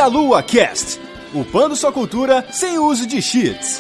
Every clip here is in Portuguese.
Meia Lua Cast, upando sua cultura sem uso de cheats.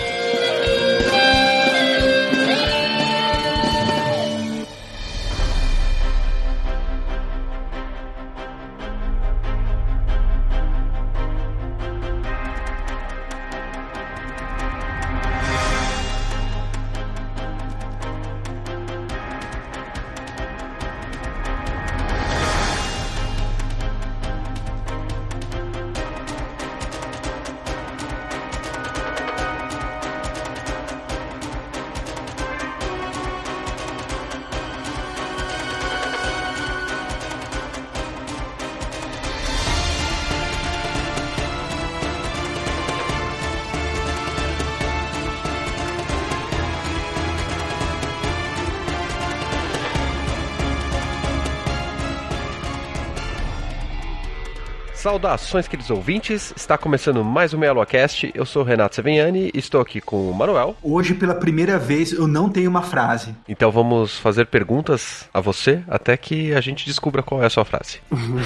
Saudações, queridos ouvintes, está começando mais um Meia Lua Cast. Eu sou o Renato Savignani e estou aqui com o Manuel. Hoje, pela primeira vez, eu não tenho uma frase. Então vamos fazer perguntas a você até que a gente descubra qual é a sua frase.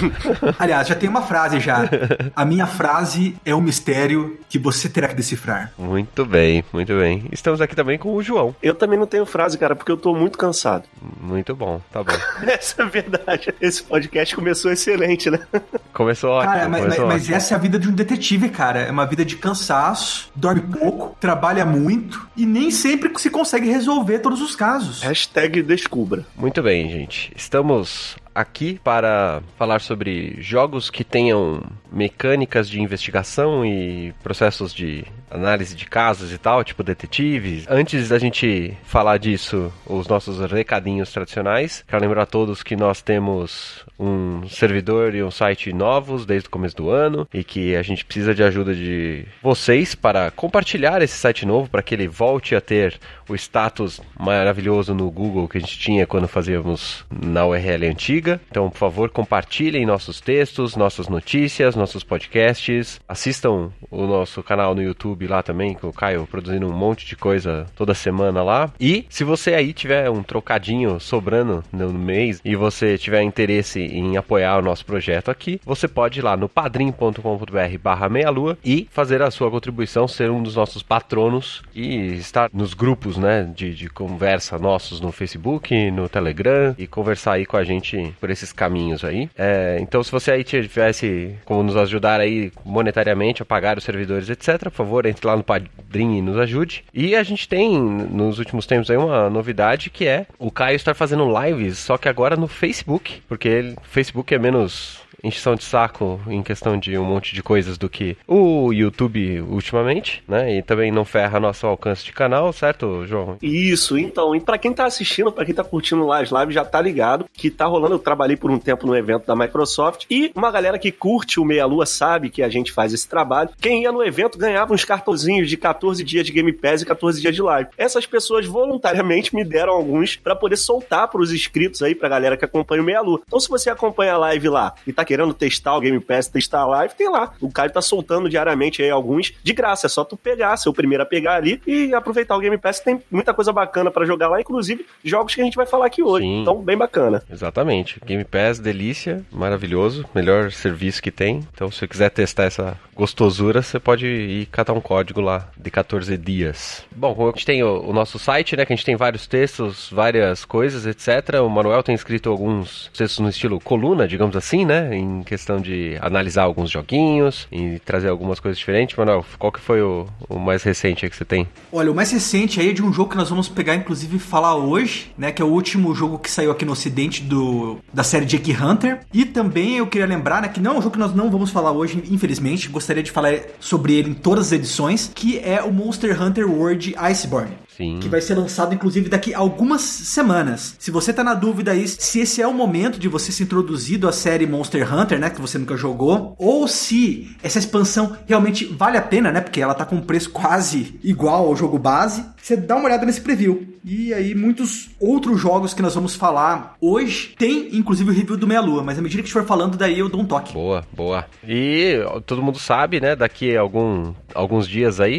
Aliás, já tem uma frase já. A minha frase é um mistério que você terá que decifrar. Muito bem, muito bem. Estamos aqui também com o João. Eu também não tenho frase, cara, porque eu tô muito cansado. Muito bom, tá bom. Essa é a verdade. Esse podcast começou excelente, né? Começou ótimo. Cara, mas essa é a vida de um detetive, cara. É uma vida de cansaço, dorme pouco, trabalha muito e nem sempre se consegue resolver todos os casos. Hashtag descubra. Muito bem, gente. Estamos aqui para falar sobre jogos que tenham mecânicas de investigação e processos de análise de casos e tal, tipo detetives. Antes da gente falar disso, os nossos recadinhos tradicionais. Quero lembrar a todos que nós temos um servidor e um site novos desde o começo do ano e que a gente precisa de ajuda de vocês para compartilhar esse site novo, para que ele volte a ter o status maravilhoso no Google que a gente tinha quando fazíamos na URL antiga. Então, por favor, compartilhem nossos textos, nossas notícias, nossos podcasts. Assistam o nosso canal no YouTube lá também, com o Caio produzindo um monte de coisa toda semana lá. E se você aí tiver um trocadinho sobrando no mês e você tiver interesse em apoiar o nosso projeto aqui, você pode ir lá no padrim.com.br/meialua e fazer a sua contribuição, ser um dos nossos patronos e estar nos grupos, né, de conversa nossos no Facebook, no Telegram e conversar aí com a gente por esses caminhos aí. Então, se você aí tivesse como nos ajudar aí monetariamente a pagar os servidores, etc., por favor, entre lá no Padrim e nos ajude. E a gente tem, nos últimos tempos aí, uma novidade que é o Caio estar fazendo lives, só que agora no Facebook, porque o Facebook é menos encheção de saco em questão de um monte de coisas do que o YouTube ultimamente, né? E também não ferra nosso alcance de canal, certo, João? Isso, então, e pra quem tá assistindo, pra quem tá curtindo as lives, já tá ligado que tá rolando. Eu trabalhei por um tempo no evento da Microsoft e uma galera que curte o Meia Lua sabe que a gente faz esse trabalho. Quem ia no evento ganhava uns cartãozinhos de 14 dias de Game Pass e 14 dias de live. Essas pessoas voluntariamente me deram alguns pra poder soltar pros inscritos aí, pra galera que acompanha o Meia Lua. Então, se você acompanha a live lá e tá querendo testar o Game Pass, testar a live, tem lá. O Caio tá soltando diariamente aí alguns de graça. É só tu pegar, ser o primeiro a pegar ali e aproveitar o Game Pass. Tem muita coisa bacana pra jogar lá, inclusive jogos que a gente vai falar aqui hoje. Sim. Então, bem bacana. Exatamente. Game Pass, delícia, maravilhoso, melhor serviço que tem. Então, se você quiser testar essa gostosura, você pode ir catar um código lá de 14 dias. Bom, como a gente tem o nosso site, né, que a gente tem vários textos, várias coisas, etc. O Manuel tem escrito alguns textos no estilo coluna, digamos assim, né, em questão de analisar alguns joguinhos e trazer algumas coisas diferentes. Manuel, qual que foi o mais recente aí que você tem? Olha, o mais recente aí é de um jogo que nós vamos pegar, inclusive, falar hoje, né, que é o último jogo que saiu aqui no ocidente da série Jake Hunter. E também eu queria lembrar, né, que não é um jogo que nós não vamos falar hoje, infelizmente, gostaria de falar sobre ele em todas as edições, que é o Monster Hunter World Iceborne. Sim. Que vai ser lançado, inclusive, daqui a algumas semanas. Se você tá na dúvida aí se esse é o momento de você ser introduzido à série Monster Hunter, né, que você nunca jogou, ou se essa expansão realmente vale a pena, né, porque ela tá com um preço quase igual ao jogo base, você dá uma olhada nesse preview. E aí muitos outros jogos que nós vamos falar hoje tem, inclusive, o review do Meia Lua, mas à medida que a gente for falando, daí eu dou um toque. Boa, boa. E todo mundo sabe, né, daqui a alguns dias aí,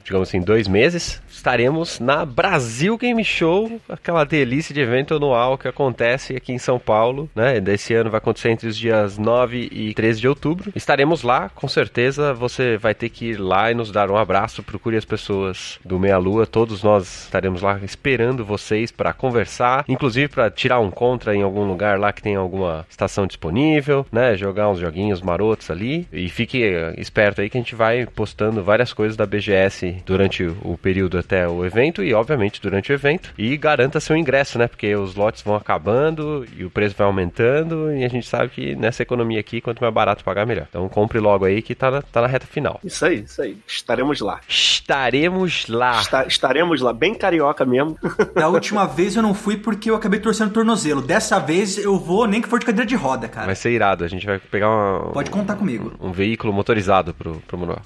digamos assim, 2 meses, estaremos na Brasil Game Show, aquela delícia de evento anual que acontece aqui em São Paulo, né? Desse ano vai acontecer entre os dias 9 e 13 de outubro. Estaremos lá, com certeza você vai ter que ir lá e nos dar um abraço. Procure as pessoas do Meia Lua, todos nós estaremos lá esperando vocês para conversar, inclusive para tirar um contra em algum lugar lá que tem alguma estação disponível, né? Jogar uns joguinhos marotos ali, e fique esperto aí que a gente vai postando várias coisas da BGS durante o período até o evento e obviamente durante o evento, e garanta seu ingresso, né? Porque os lotes vão acabando e o preço vai aumentando, e a gente sabe que nessa economia aqui, quanto mais barato pagar, melhor. Então compre logo aí que tá na reta final. Isso aí. Estaremos lá. Estaremos lá, bem carioca mesmo. Da última vez eu não fui porque eu acabei torcendo o tornozelo. Dessa vez eu vou, nem que for de cadeira de roda, cara. Vai ser irado, a gente vai pegar Pode contar comigo. Um veículo motorizado pro Manuel.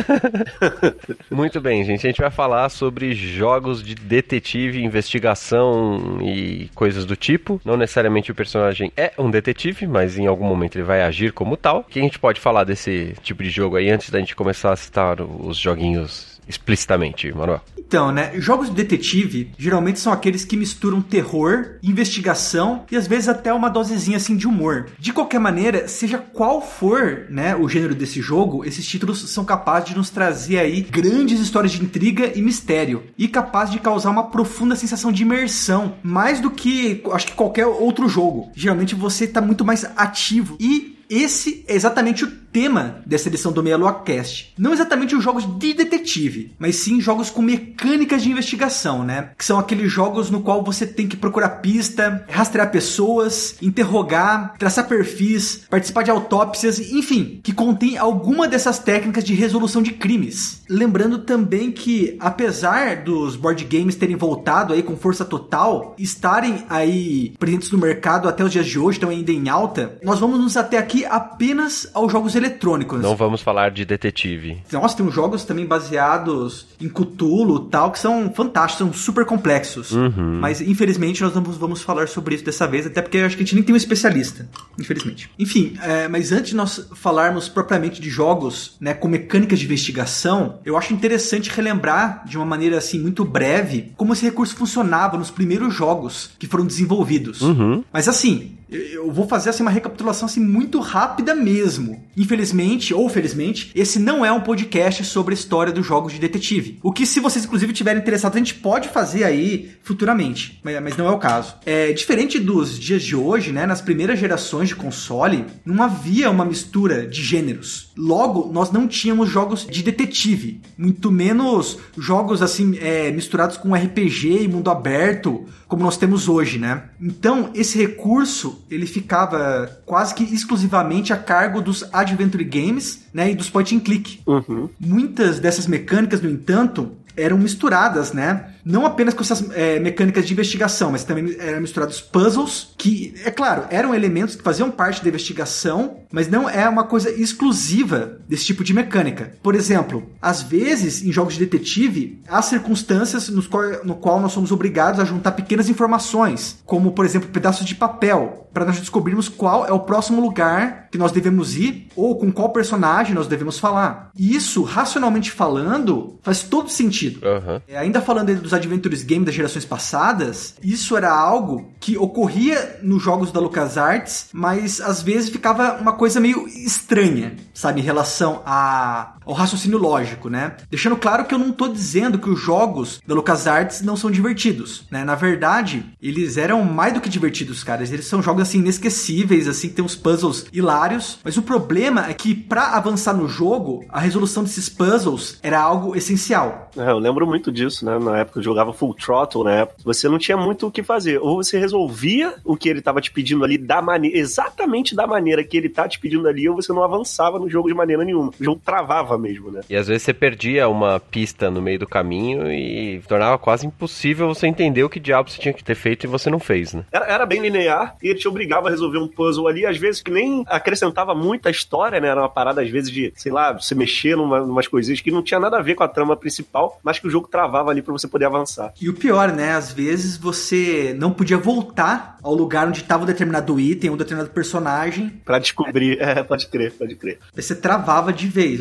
Muito bem, gente, a gente vai falar sobre jogos de detetive, investigação e coisas do tipo. Não necessariamente o personagem é um detetive, mas em algum momento ele vai agir como tal. O que a gente pode falar desse tipo de jogo aí antes da gente começar a citar os joguinhos explicitamente, Manuel? Então, né, jogos de detetive geralmente são aqueles que misturam terror, investigação e às vezes até uma dosezinha assim de humor. De qualquer maneira, seja qual for, né, o gênero desse jogo, esses títulos são capazes de nos trazer aí grandes histórias de intriga e mistério, e capazes de causar uma profunda sensação de imersão, mais do que, acho que qualquer outro jogo. Geralmente você está muito mais ativo, e esse é exatamente o tema dessa edição do Meia Lua Cast. Não exatamente os jogos de detetive, mas sim jogos com mecânicas de investigação, né? Que são aqueles jogos no qual você tem que procurar pista, rastrear pessoas, interrogar, traçar perfis, participar de autópsias, enfim, que contém alguma dessas técnicas de resolução de crimes. Lembrando também que, apesar dos board games terem voltado aí com força total, estarem aí presentes no mercado até os dias de hoje, estão ainda em alta, nós vamos nos ater aqui apenas aos jogos eletrônicos. Não vamos falar de detetive. Nossa, tem uns jogos também baseados em Cthulhu e tal, que são fantásticos, são super complexos. Mas, infelizmente, nós não vamos falar sobre isso dessa vez, até porque eu acho que a gente nem tem um especialista. Infelizmente. Enfim, mas antes de nós falarmos propriamente de jogos, né, com mecânicas de investigação, eu acho interessante relembrar, de uma maneira, assim, muito breve, como esse recurso funcionava nos primeiros jogos que foram desenvolvidos. Mas, assim, eu vou fazer assim, uma recapitulação assim, muito rápida mesmo. Infelizmente, ou felizmente, esse não é um podcast sobre a história dos jogos de detetive. O que, se vocês inclusive estiverem interessados, a gente pode fazer aí futuramente, mas não é o caso. Diferente dos dias de hoje, né, nas primeiras gerações de console, não havia uma mistura de gêneros. Logo, nós não tínhamos jogos de detetive, muito menos jogos assim misturados com RPG e mundo aberto, como nós temos hoje, né? Então, esse recurso, ele ficava quase que exclusivamente a cargo dos Adventure Games, né, e dos point and click. Muitas dessas mecânicas, no entanto, eram misturadas, né? Não apenas com essas mecânicas de investigação, mas também eram misturados puzzles, que, é claro, eram elementos que faziam parte da investigação, mas não é uma coisa exclusiva desse tipo de mecânica. Por exemplo, às vezes, em jogos de detetive, há circunstâncias no qual nós somos obrigados a juntar pequenas informações, como, por exemplo, pedaços de papel, para nós descobrirmos qual é o próximo lugar que nós devemos ir, ou com qual personagem nós devemos falar. E isso, racionalmente falando, faz todo sentido. Ainda falando dos Adventures Game das gerações passadas, isso era algo que ocorria nos jogos da LucasArts, mas às vezes ficava uma coisa meio estranha, sabe, em relação ao raciocínio lógico, né? Deixando claro que eu não tô dizendo que os jogos da LucasArts não são divertidos, né? Na verdade, eles eram mais do que divertidos, cara. Eles são jogos, assim, inesquecíveis, assim, que tem uns puzzles hilários, mas o problema é que, pra avançar no jogo, a resolução desses puzzles era algo essencial. Eu lembro muito disso, né? Na época eu jogava Full Throttle, né? Você não tinha muito o que fazer. Ou você resolvia o que ele tava te pedindo ali exatamente da maneira que ele tá te pedindo ali, ou você não avançava no jogo de maneira nenhuma. O jogo travava mesmo, né? E às vezes você perdia uma pista no meio do caminho e tornava quase impossível você entender o que diabo você tinha que ter feito e você não fez, né? Era bem linear e ele te obrigava a resolver um puzzle ali, às vezes que nem acrescentava muita história, né? Era uma parada, às vezes, de, sei lá, você mexer numas coisinhas que não tinha nada a ver com a trama principal, mas que o jogo travava ali pra você poder avançar. E o pior, né? Às vezes você não podia voltar ao lugar onde estava um determinado item, um determinado personagem. Pra descobrir. Pode crer. Você travava de vez. Ou seja,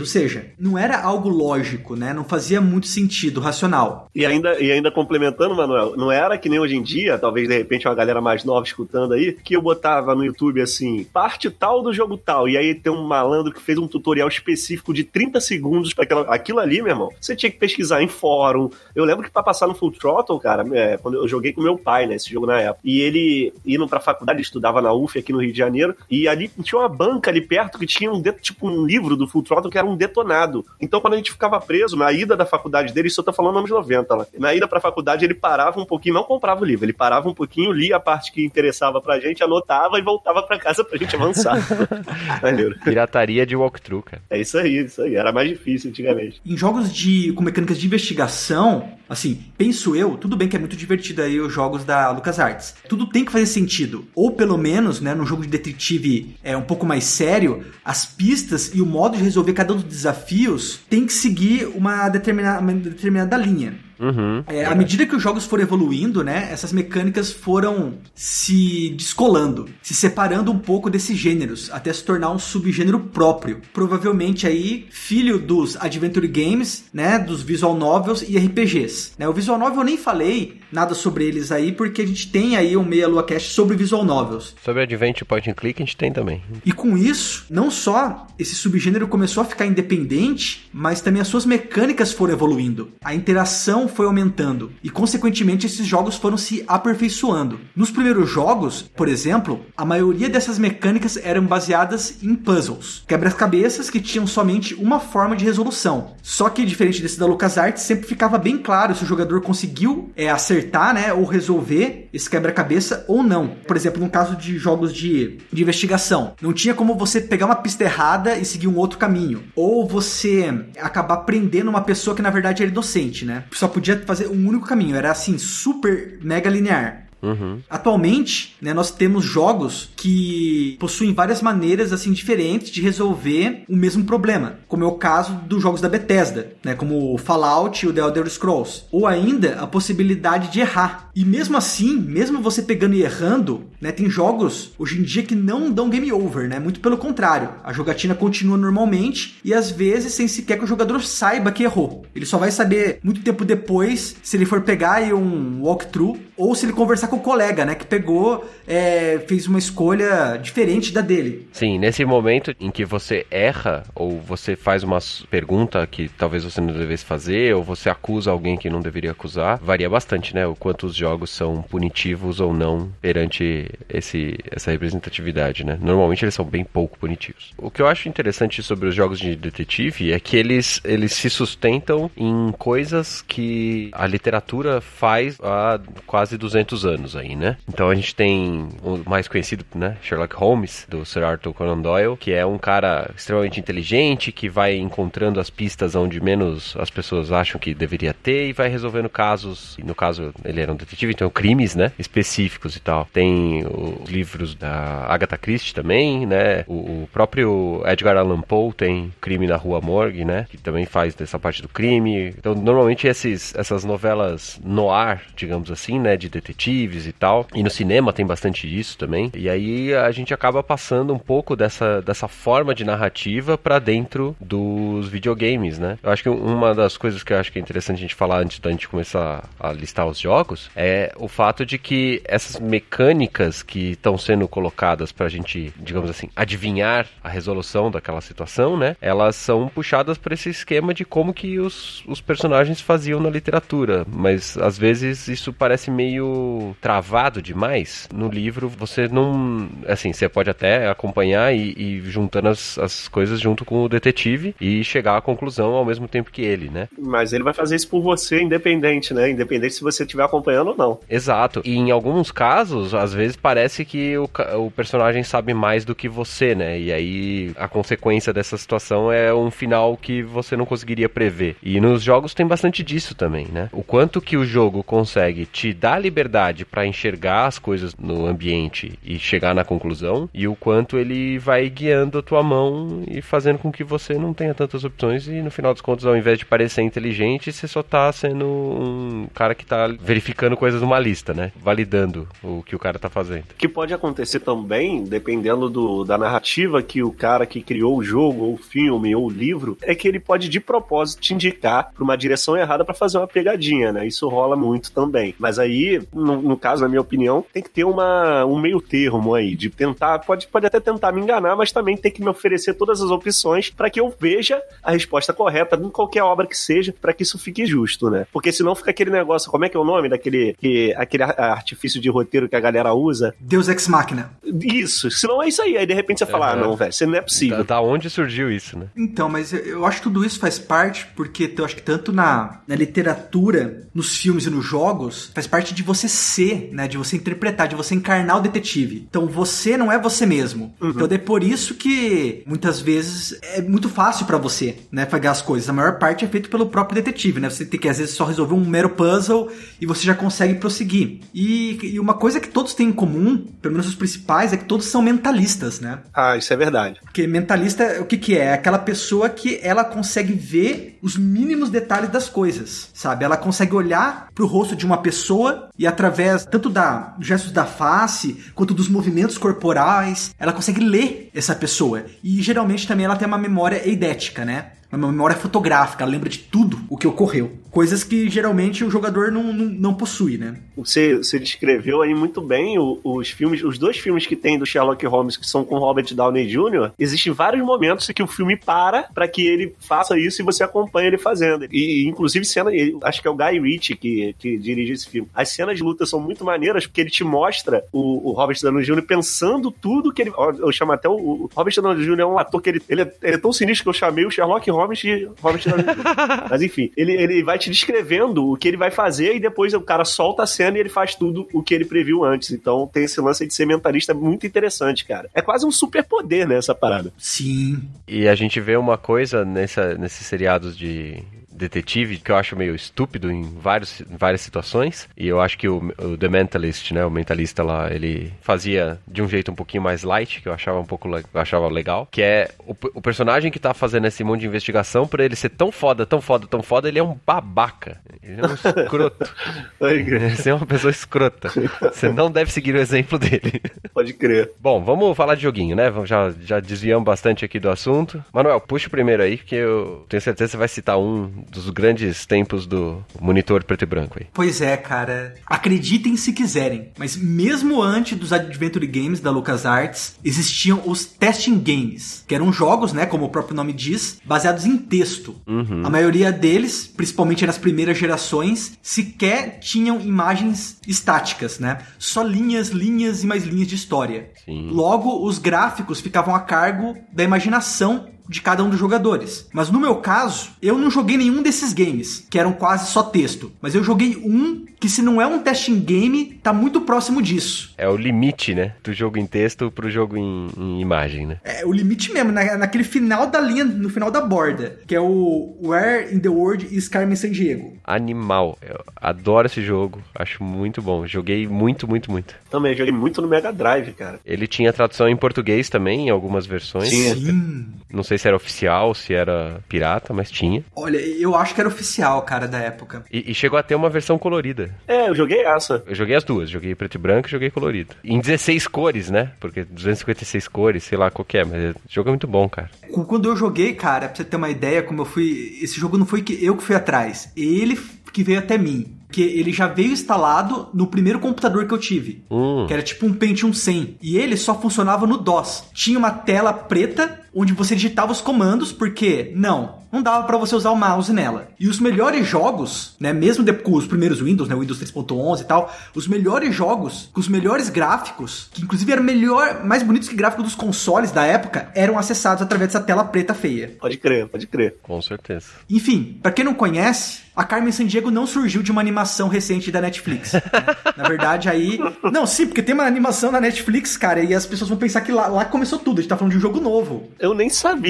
seja, não era algo lógico, né? Não fazia muito sentido, racional. E ainda complementando, Manuel, não era que nem hoje em dia, talvez de repente uma galera mais nova escutando aí, que eu botava no YouTube assim, parte tal do jogo tal, e aí tem um malandro que fez um tutorial específico de 30 segundos pra aquilo ali, meu irmão. Você tinha que pesquisar em fórum. Eu lembro que pra passar no Full Throttle, cara, quando eu joguei com meu pai, né, esse jogo na época, e ele indo pra faculdade, estudava na UF aqui no Rio de Janeiro, e ali tinha uma banca ali perto que tinha um livro do Full Throttle que era um detonado. Então quando a gente ficava preso, na ida da faculdade dele, isso eu tô falando anos 90 lá, na ida pra faculdade ele parava um pouquinho, não comprava o livro, ele parava um pouquinho, lia a parte que interessava pra gente, anotava e voltava pra casa pra gente avançar. Pirataria de walkthrough, cara. É isso aí, era mais difícil antigamente. Em jogos com mecânicas de investigação, assim, penso eu, tudo bem que é muito divertido aí os jogos da LucasArts. Tudo tem que fazer sentido. Ou pelo menos, né, num jogo de detetive um pouco mais sério, as pistas e o modo de resolver cada um dos desafios tem que seguir uma determinada linha. Uhum. À medida que os jogos foram evoluindo, né, essas mecânicas foram se descolando, se separando um pouco desses gêneros, até se tornar um subgênero próprio. Provavelmente aí, filho dos Adventure Games, né, dos Visual Novels e RPGs. Né, o Visual Novel eu nem falei nada sobre eles aí, porque a gente tem aí um Meia Lua Cast sobre Visual Novels. Sobre Adventure Point and Click a gente tem também. E com isso, não só esse subgênero começou a ficar independente, mas também as suas mecânicas foram evoluindo. A interação foi aumentando e, consequentemente, esses jogos foram se aperfeiçoando. Nos primeiros jogos, por exemplo, a maioria dessas mecânicas eram baseadas em puzzles, quebra-cabeças que tinham somente uma forma de resolução. Só que, diferente desse da LucasArts, sempre ficava bem claro se o jogador conseguiu acertar, né, ou resolver esse quebra-cabeça ou não. Por exemplo, no caso de jogos de investigação, não tinha como você pegar uma pista errada e seguir um outro caminho, ou você acabar prendendo uma pessoa que na verdade era inocente, né? Só podia fazer um único caminho, era assim, super mega linear. Uhum. Atualmente, né, nós temos jogos que possuem várias maneiras assim diferentes de resolver o mesmo problema, como é o caso dos jogos da Bethesda, né, como o Fallout e o The Elder Scrolls, ou ainda a possibilidade de errar. E mesmo assim, mesmo você pegando e errando, né, tem jogos hoje em dia que não dão game over, né, muito pelo contrário, a jogatina continua normalmente e às vezes sem sequer que o jogador saiba que errou. Ele só vai saber muito tempo depois se ele for pegar aí um walkthrough ou se ele conversar com o colega, né, que pegou, fez uma escolha diferente da dele. Sim, nesse momento em que você erra, ou você faz uma pergunta que talvez você não devesse fazer, ou você acusa alguém que não deveria acusar, varia bastante, né, o quanto os jogos são punitivos ou não perante essa representatividade, né. Normalmente eles são bem pouco punitivos. O que eu acho interessante sobre os jogos de detetive é que eles se sustentam em coisas que a literatura faz há quase 200 anos aí, né? Então a gente tem o mais conhecido, né, Sherlock Holmes, do Sir Arthur Conan Doyle, que é um cara extremamente inteligente, que vai encontrando as pistas onde menos as pessoas acham que deveria ter e vai resolvendo casos, e no caso ele era um detetive, então crimes, né, específicos e tal. Tem os livros da Agatha Christie também, né, o próprio Edgar Allan Poe tem Crime na Rua Morgue, né, que também faz dessa parte do crime. Então normalmente essas novelas noir, digamos assim, né, de detetives e tal, e no cinema tem bastante disso também, e aí a gente acaba passando um pouco dessa forma de narrativa pra dentro dos videogames, né? Eu acho que uma das coisas que eu acho que é interessante a gente falar antes da gente começar a listar os jogos é o fato de que essas mecânicas que estão sendo colocadas pra gente, digamos assim, adivinhar a resolução daquela situação, né? Elas são puxadas pra esse esquema de como que os personagens faziam na literatura, mas às vezes isso parece meio travado demais. No livro você não, assim, você pode até acompanhar e juntando as coisas junto com o detetive e chegar à conclusão ao mesmo tempo que ele, né? Mas ele vai fazer isso por você, independente, né? Independente se você estiver acompanhando ou não. Exato. E em alguns casos, às vezes parece que o personagem sabe mais do que você, né? E aí a consequência dessa situação é um final que você não conseguiria prever. E nos jogos tem bastante disso também, né? O quanto que o jogo consegue te dar liberdade para enxergar as coisas no ambiente e chegar na conclusão, e o quanto ele vai guiando a tua mão e fazendo com que você não tenha tantas opções e no final dos contos, ao invés de parecer inteligente, você só tá sendo um cara que tá verificando coisas numa lista, né? Validando o que o cara tá fazendo. O que pode acontecer também, dependendo da narrativa que o cara que criou o jogo, ou o filme, ou o livro, é que ele pode de propósito te indicar pra uma direção errada pra fazer uma pegadinha, né? Isso rola muito também. Mas aí, no caso, na minha opinião, tem que ter um meio termo aí, de tentar, pode até tentar me enganar, mas também tem que me oferecer todas as opções pra que eu veja a resposta correta em qualquer obra que seja, pra que isso fique justo, né? Porque senão fica aquele negócio, como é que é o nome daquele aquele artifício de roteiro que a galera usa? Deus Ex Machina. Isso, senão é isso aí. Aí de repente você fala, não, velho, isso não é possível. Da onde surgiu isso, né? Então, mas eu acho que tudo isso faz parte, porque eu acho que tanto na literatura, nos filmes e nos jogos, faz parte de você ser, né? De você interpretar, de você encarnar o detetive. Então você não é você mesmo. Então é por isso que muitas vezes é muito fácil pra você, né? Pegar as coisas. A maior parte é feito pelo próprio detetive, né? Você tem que às vezes só resolver um mero puzzle e você já consegue prosseguir. E uma coisa que todos têm em comum, pelo menos os principais, é que todos são mentalistas, né? Ah, isso é verdade. Porque mentalista, o que é? É aquela pessoa que ela consegue ver os mínimos detalhes das coisas, sabe? Ela consegue olhar pro rosto de uma pessoa e através tanto dos gestos da face, quanto dos movimentos corporais, ela consegue ler essa pessoa. E geralmente também ela tem uma memória eidética, né? Uma memória fotográfica, ela lembra de tudo o que ocorreu. Coisas que geralmente o jogador não possui, né? Você descreveu aí muito bem os filmes, os dois filmes que tem do Sherlock Holmes, que são com Robert Downey Jr., existem vários momentos em que o filme para que ele faça isso e você acompanha ele fazendo. E inclusive acho que é o Guy Ritchie que dirige esse filme. As cenas de luta são muito maneiras porque ele te mostra o Robert Downey Jr. pensando tudo que ele... Eu chamo até o Robert Downey Jr. é um ator que ele é tão sinistro que eu chamei o Sherlock Holmes de Robert Downey Jr. Mas enfim, ele vai te descrevendo o que ele vai fazer e depois o cara solta a cena e ele faz tudo o que ele previu antes. Então tem esse lance de ser mentalista muito interessante, cara. É quase um superpoder, né, essa parada. Sim. E a gente vê uma coisa nesses seriados de detetive que eu acho meio estúpido em várias situações, e eu acho que o The Mentalist, né, o mentalista lá, ele fazia de um jeito um pouquinho mais light, que eu achava legal, que é o personagem que tá fazendo esse monte de investigação, por ele ser tão foda, ele é um babaca, ele é um escroto. Ele é uma pessoa escrota. Você não deve seguir o exemplo dele. Pode crer. Bom, vamos falar de joguinho, né? Já desviamos bastante aqui do assunto. Manuel, puxa o primeiro aí, que eu tenho certeza que você vai citar um dos grandes tempos do monitor preto e branco aí. Pois é, cara. Acreditem se quiserem, mas mesmo antes dos Adventure Games da LucasArts, existiam os Testing Games, que eram jogos, né, como o próprio nome diz, baseados em texto. A maioria deles, principalmente nas primeiras gerações, sequer tinham imagens estáticas, né? Só linhas e mais linhas de história. Sim. Logo, os gráficos ficavam a cargo da imaginação de cada um dos jogadores. Mas no meu caso, eu não joguei nenhum desses games, que eram quase só texto. Mas eu joguei um que, se não é um testing game, tá muito próximo disso. É o limite, né? Do jogo em texto pro jogo em imagem, né? É o limite mesmo, naquele final da linha, no final da borda, que é o Where in the World is Carmen Sandiego. Animal. Eu adoro esse jogo. Acho muito bom. Joguei muito. Também joguei muito no Mega Drive, cara. Ele tinha tradução em português também, em algumas versões. Sim. Não sei se era oficial, se era pirata, mas tinha. Olha, eu acho que era oficial, cara, da época. E chegou a ter uma versão colorida. É, eu joguei essa. Eu joguei as duas. Joguei preto e branco e joguei colorido. Em 16 cores, né? Porque 256 cores, sei lá qual que é, mas o jogo é muito bom, cara. Quando eu joguei, cara, pra você ter uma ideia, como eu fui... Esse jogo não foi eu que fui atrás. Ele que veio até mim. Porque ele já veio instalado no primeiro computador que eu tive. Que era tipo um Pentium 100. E ele só funcionava no DOS. Tinha uma tela preta onde você digitava os comandos, porque não dava pra você usar o mouse nela. E os melhores jogos, né, mesmo com os primeiros Windows, né, o Windows 3.11 e tal, os melhores jogos, com os melhores gráficos, que inclusive eram mais bonitos que gráficos dos consoles da época, eram acessados através dessa tela preta feia. Pode crer. Com certeza. Enfim, pra quem não conhece, a Carmen Sandiego não surgiu de uma animação recente da Netflix. Né? Na verdade, aí... Não, sim, porque tem uma animação na Netflix, cara, e as pessoas vão pensar que lá começou tudo. A gente tá falando de um jogo novo. Eu nem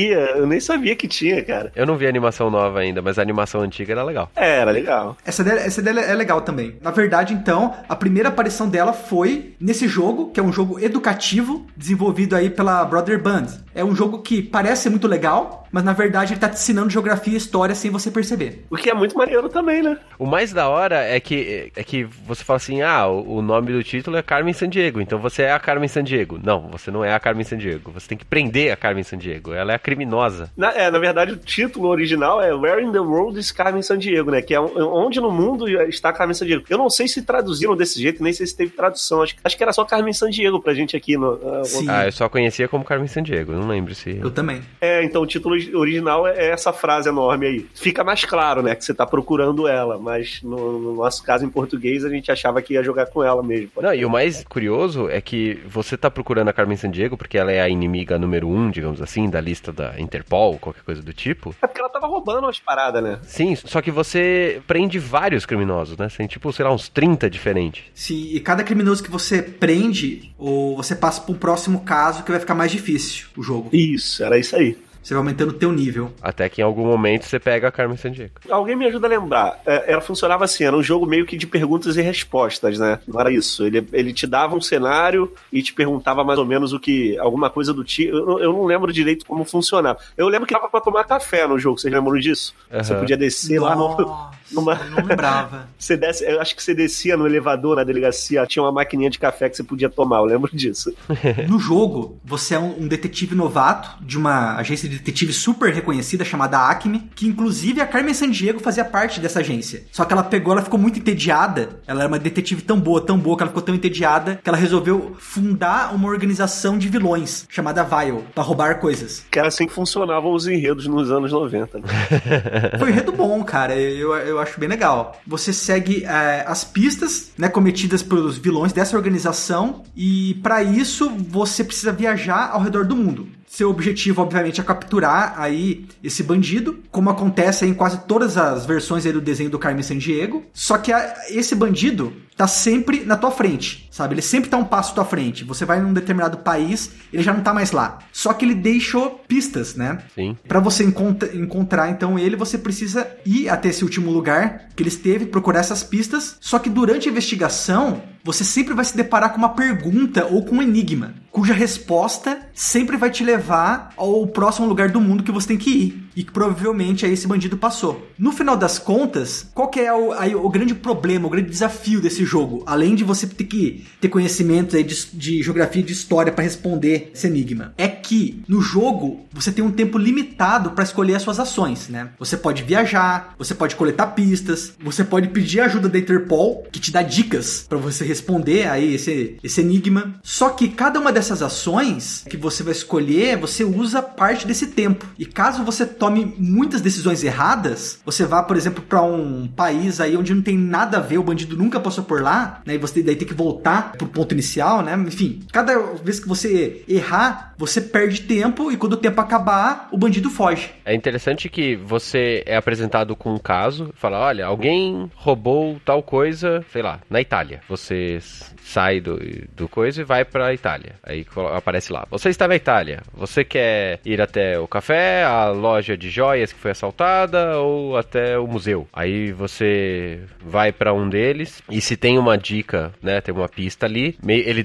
sabia que tinha, cara. Eu não vi a animação nova ainda, mas a animação antiga era legal. Era legal. Essa dela é legal também. Na verdade, então, a primeira aparição dela foi nesse jogo, que é um jogo educativo, desenvolvido aí pela Brother Band. É um jogo que parece ser muito legal, mas na verdade ele tá te ensinando geografia e história sem você perceber. O que é muito maneiro também, né? O mais da hora é que você fala assim, o nome do título é Carmen Sandiego, então você é a Carmen Sandiego. Não, você não é a Carmen Sandiego. Você tem que prender a Carmen Sandiego. Ela é a criminosa. Na verdade, o título original é Where in the World is Carmen Sandiego, né? Que é onde no mundo está Carmen Sandiego. Eu não sei se traduziram desse jeito, nem sei se teve tradução. Acho que era só Carmen Sandiego pra gente aqui. Sim. Eu só conhecia como Carmen Sandiego. Não lembro se... Eu também. Então o título original é essa frase enorme aí. Fica mais claro, né? Que você tá procurando ela, mas no nosso caso em português a gente achava que ia jogar com ela mesmo. Não, e o mais curioso é que você tá procurando a Carmen Sandiego porque ela é a inimiga número 1, digamos assim, da lista da Interpol, qualquer coisa do tipo. É porque ela tava roubando umas paradas, né? Sim, só que você prende vários criminosos, né? Tem tipo, sei lá, uns 30 diferentes. Sim, e cada criminoso que você prende, ou você passa para um próximo caso que vai ficar mais difícil o jogo. Isso, era isso aí. Você vai aumentando o teu nível. Até que em algum momento você pega a Carmen Sandiego. Alguém me ajuda a lembrar. Ela funcionava assim, era um jogo meio que de perguntas e respostas, né? Não era isso. Ele te dava um cenário e te perguntava mais ou menos alguma coisa do tipo. Eu não lembro direito como funcionava. Eu lembro que dava pra tomar café no jogo, vocês lembram disso? Uhum. Você podia descer lá no... Eu não lembrava. Eu acho que você descia no elevador, na delegacia, tinha uma maquininha de café que você podia tomar, eu lembro disso. No jogo, você é um detetive novato de uma agência de detetive super reconhecida chamada Acme, que inclusive a Carmen Sandiego fazia parte dessa agência. Só que ela ficou muito entediada, ela era uma detetive tão boa, que ela ficou tão entediada, que ela resolveu fundar uma organização de vilões, chamada Vile, pra roubar coisas. Que era assim que funcionavam os enredos nos anos 90, né? Foi um enredo bom, cara, eu acho bem legal. Você segue as pistas, né, cometidas pelos vilões dessa organização, e para isso você precisa viajar ao redor do mundo. Seu objetivo, obviamente, é capturar aí esse bandido, como acontece aí em quase todas as versões aí do desenho do Carmen Sandiego. Só que esse bandido tá sempre na tua frente, sabe? Ele sempre tá um passo à tua frente. Você vai num determinado país, ele já não tá mais lá. Só que ele deixou pistas, né? Sim. Pra você encontrar, então, ele, você precisa ir até esse último lugar que ele esteve, procurar essas pistas. Só que durante a investigação, você sempre vai se deparar com uma pergunta ou com um enigma, cuja resposta sempre vai te levar ao próximo lugar do mundo que você tem que ir. E que provavelmente aí esse bandido passou. No final das contas, qual que é o grande problema, o grande desafio desse jogo? Além de você ter que ter conhecimentos aí de geografia e de história para responder esse enigma. É que no jogo você tem um tempo limitado para escolher as suas ações, né? Você pode viajar, você pode coletar pistas, você pode pedir ajuda da Interpol, que te dá dicas para você responder aí esse enigma. Só que cada uma dessas ações que você vai escolher, você usa parte desse tempo. E caso você tome muitas decisões erradas, você vá, por exemplo, para um país aí onde não tem nada a ver, o bandido nunca passou por lá, né? E você daí tem que voltar pro ponto inicial, né? Enfim, cada vez que você errar, você perde tempo e quando o tempo acabar, o bandido foge. É interessante que você é apresentado com um caso, fala, olha, alguém roubou tal coisa, sei lá, na Itália. Você sai do coisa e vai pra Itália. Aí aparece lá, você está na Itália, você quer ir até o café, a loja de joias que foi assaltada ou até o museu. Aí você vai pra um deles e se tem uma dica, né, tem uma pista ali,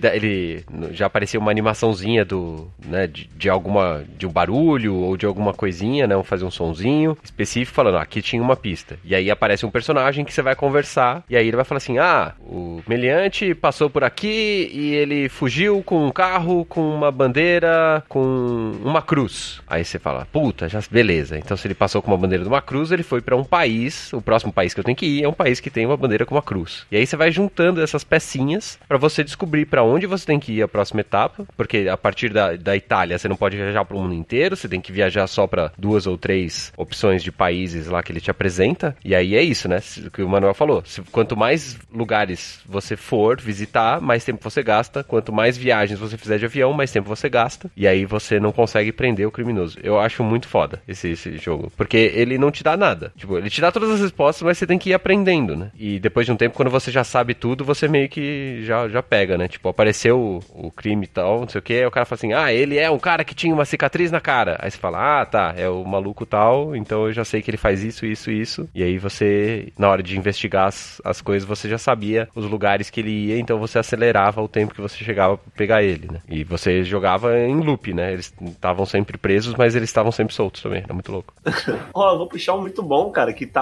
ele já apareceu uma animaçãozinha de um barulho ou de alguma coisinha, né, fazer um sonzinho específico falando, aqui tinha uma pista. E aí aparece um personagem que você vai conversar e aí ele vai falar assim, o meliante passou por aqui e ele fugiu com um carro, com uma bandeira, com uma cruz. Aí você fala, puta, já beleza. Então se ele passou com uma bandeira de uma cruz, ele foi pra um país, o próximo país que eu tenho que ir é um país que tem uma bandeira com uma cruz. E aí você vai juntando essas pecinhas pra você descobrir pra onde você tem que ir a próxima etapa, porque a partir da Itália você não pode viajar pro mundo inteiro, você tem que viajar só pra 2 ou 3 opções de países lá que ele te apresenta. E aí é isso, né? O que o Manuel falou. Quanto mais lugares você for visitar, mais tempo você gasta. Quanto mais viagens você fizer de avião, mais tempo você gasta. E aí você não consegue prender o criminoso. Eu acho muito foda esse jogo. Porque ele não te dá nada. Tipo, ele te dá todas as respostas, mas você tem que ir aprendendo, né? E depois de um tempo, quando você já sabe tudo, você meio que já pega, né? Tipo, apareceu o crime e tal, não sei o que. Aí o cara fala assim, ele é um cara que tinha uma cicatriz na cara. Aí você fala, tá, é o maluco tal, então eu já sei que ele faz isso. E aí você, na hora de investigar as coisas, você já sabia os lugares que ele ia, então você acelerava o tempo que você chegava pra pegar ele, né? E você jogava em loop, né? Eles estavam sempre presos, mas eles estavam sempre soltos também. Era muito louco. Eu vou puxar um muito bom, cara, que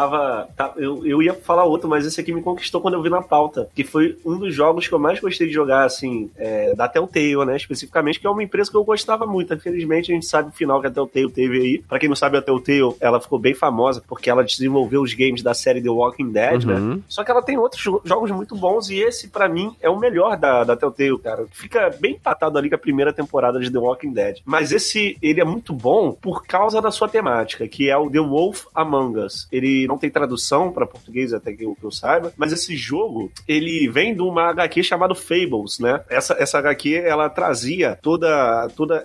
eu ia falar outro, mas esse aqui me conquistou quando eu vi na pauta, que foi um dos jogos que eu mais gostei de jogar, assim, da Telltale, né? Especificamente, que é uma empresa que eu gostava muito. Infelizmente, a gente sabe o final que a Telltale teve aí. Pra quem não sabe, a Telltale, ela ficou bem famosa porque ela desenvolveu os games da série The Walking Dead, né? Só que ela tem outros jogos muito bons, e esse, pra mim, é o melhor da Telltale, cara. Fica bem empatado ali com a primeira temporada de The Walking Dead. Mas ele é muito bom por causa da sua temática, que é o The Wolf Among Us. Ele não tem tradução pra português, até que eu saiba, mas esse jogo, ele vem de uma HQ chamada Fables, né? Essa HQ, ela trazia toda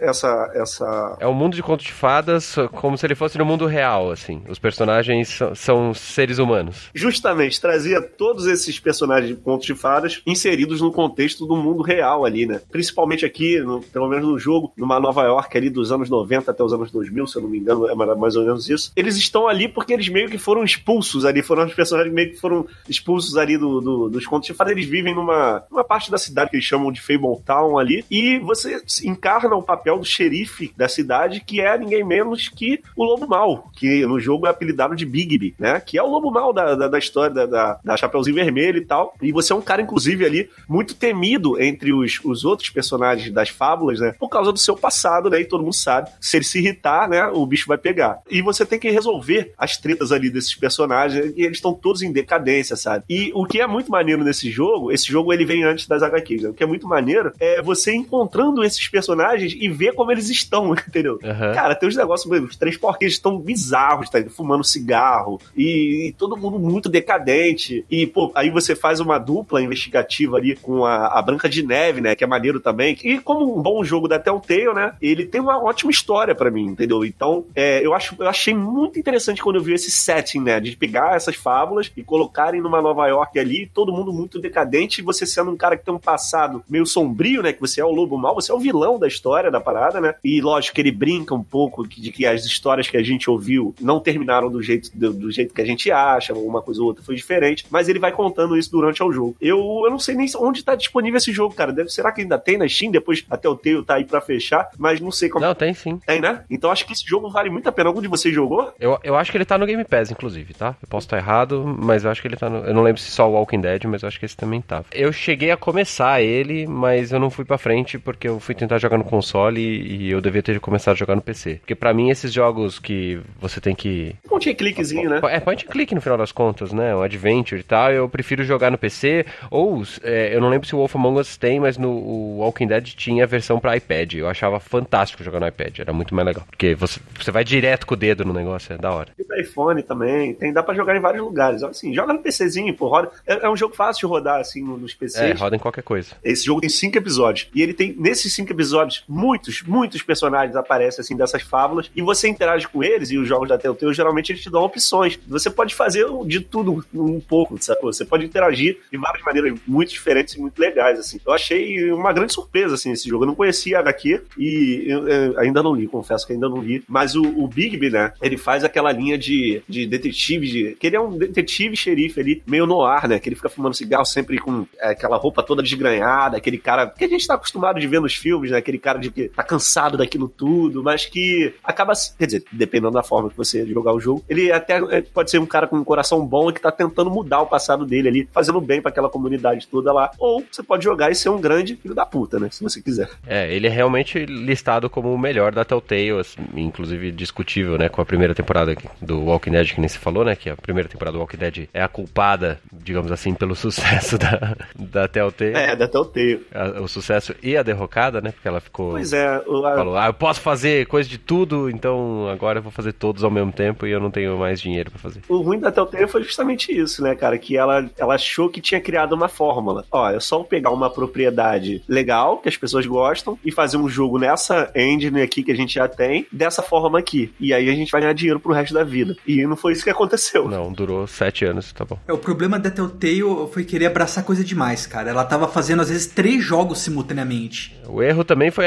essa... É um mundo de contos de fadas, como se ele fosse no mundo real, assim. Os personagens são seres humanos. Justamente, trazia todos esses personagens de contos de fadas inseridos no contexto do mundo real ali, né? Principalmente aqui, pelo menos no jogo, numa Nova York ali dos anos 90 até os anos 2000, se eu não me engano, é mais ou menos isso. Eles estão ali porque eles meio que foram expulsos ali, foram os personagens meio que foram expulsos ali dos contos de fadas. Eles vivem numa parte da cidade que eles chamam de Fable Town ali, e você encarna o papel do xerife da cidade, que é ninguém menos que o Lobo Mau, que no jogo é apelidado de Bigby, né? Que é o Lobo Mau da história da Chapeuzinho Vermelho e tal. E você é um cara, inclusive, ali, muito temido entre os outros personagens das fábulas, né? Por causa do seu passado, né? E todo mundo sabe, se ele se irritar, né? O bicho vai pegar. E você tem que resolver as tretas ali desses personagens, e eles estão todos em decadência, sabe? E o que é muito maneiro nesse jogo, esse jogo ele vem antes das HQs, né? O que é muito maneiro é você encontrando esses personagens e ver como eles estão, entendeu? Cara, tem uns negócios, os três porquês estão bizarros, tá? Fumando cigarro, e todo mundo muito decadente, e, pô, aí você faz uma dupla investigativa ali com a Branca de Neve, né, que é maneiro também, e como um bom jogo da Telltale, né, ele tem uma ótima história pra mim, entendeu? Então, eu achei muito interessante quando eu vi esse setting, né, de pegar essas fábulas e colocarem numa Nova York ali, todo mundo muito decadente, e você sendo um cara que tem um passado meio sombrio, né, que você é o lobo mau, você é o vilão da história, da parada, né, e lógico que ele brinca um pouco de que as histórias que a gente ouviu não terminaram do jeito que a gente acha, uma coisa ou outra foi diferente, mas ele vai contando isso durante o jogo. Eu não sei nem onde tá disponível esse jogo, cara. Será que ainda tem na Steam? Depois até o Telltale tá aí pra fechar, mas não sei como... Não, tem sim. Tem, né? Então acho que esse jogo vale muito a pena. Algum de vocês jogou? Eu acho que ele tá no Game Pass, inclusive, tá? Eu posso estar errado, mas eu acho que ele tá no... Eu não lembro se só o Walking Dead, mas eu acho que esse também tá. Eu cheguei a começar ele, mas eu não fui pra frente porque eu fui tentar jogar no console e eu devia ter começado a jogar no PC. Porque pra mim, esses jogos que você tem que... Point and clickzinho, né? É, point and click no final das contas, né? Um adventure e tal. Eu prefiro jogar no PC. Ou, eu não lembro se o Wolf Among Us tem, mas no Walking Dead tinha a versão pra iPad. Eu achava fantástico jogar no iPad. Era muito mais legal. Porque você vai direto com o dedo no negócio, é da hora. E pro iPhone também. Dá pra jogar em vários lugares. Assim, joga no PCzinho, pô, roda. É um jogo fácil de rodar, assim, nos PCs. É, roda em qualquer coisa. Esse jogo tem 5 episódios. E ele tem, nesses 5 episódios, muitos personagens aparecem, assim, dessas fábulas. E você interage com eles, e os jogos da Telltale, geralmente, eles te dão opções. Você pode fazer de tudo um pouco, sacou? Você pode interagir de várias maneiras muito diferentes e muito legais, assim. Eu achei uma grande surpresa, assim, esse jogo. Eu não conhecia a HQ e eu ainda não li, confesso que ainda não li. Mas o Bigby, né, ele faz aquela linha de detetive, que ele é um detetive xerife ali, meio noir, né, que ele fica fumando cigarro sempre com aquela roupa toda desgranhada, aquele cara que a gente tá acostumado de ver nos filmes, né, aquele cara de que tá cansado daquilo tudo, mas que acaba, quer dizer, dependendo da forma que você jogar o jogo, ele até pode ser um cara com um coração bom e que tá tentando mudar o passado dele ali, fazendo bem pra aquela comunidade toda lá, ou você pode jogar e ser um grande filho da puta, né, se você quiser. Ele é realmente listado como o melhor da Telltale, assim, inclusive discutível, né, com a primeira temporada do Walking Dead, que nem se falou, né, que a primeira temporada do Walking Dead é a culpada, digamos assim, pelo sucesso da Telltale. Da Telltale. O sucesso e a derrocada, né, porque ela ficou... Pois é. Falou, eu posso fazer coisa de tudo, então agora eu vou fazer todos ao mesmo tempo e eu não tenho mais dinheiro pra fazer. O ruim da Telltale foi justamente isso, né, cara, que ela achou que tinha criado uma fórmula. Ó, é só pegar uma propriedade legal, que as pessoas gostam, e fazer um jogo nessa engine aqui que a gente já tem, dessa forma aqui. E aí a gente vai ganhar dinheiro pro resto da vida. E não foi isso que aconteceu. Não, durou 7 anos, tá bom. O problema da Telltale foi querer abraçar coisa demais, cara. Ela tava fazendo, às vezes, 3 jogos simultaneamente. O erro também foi ela ter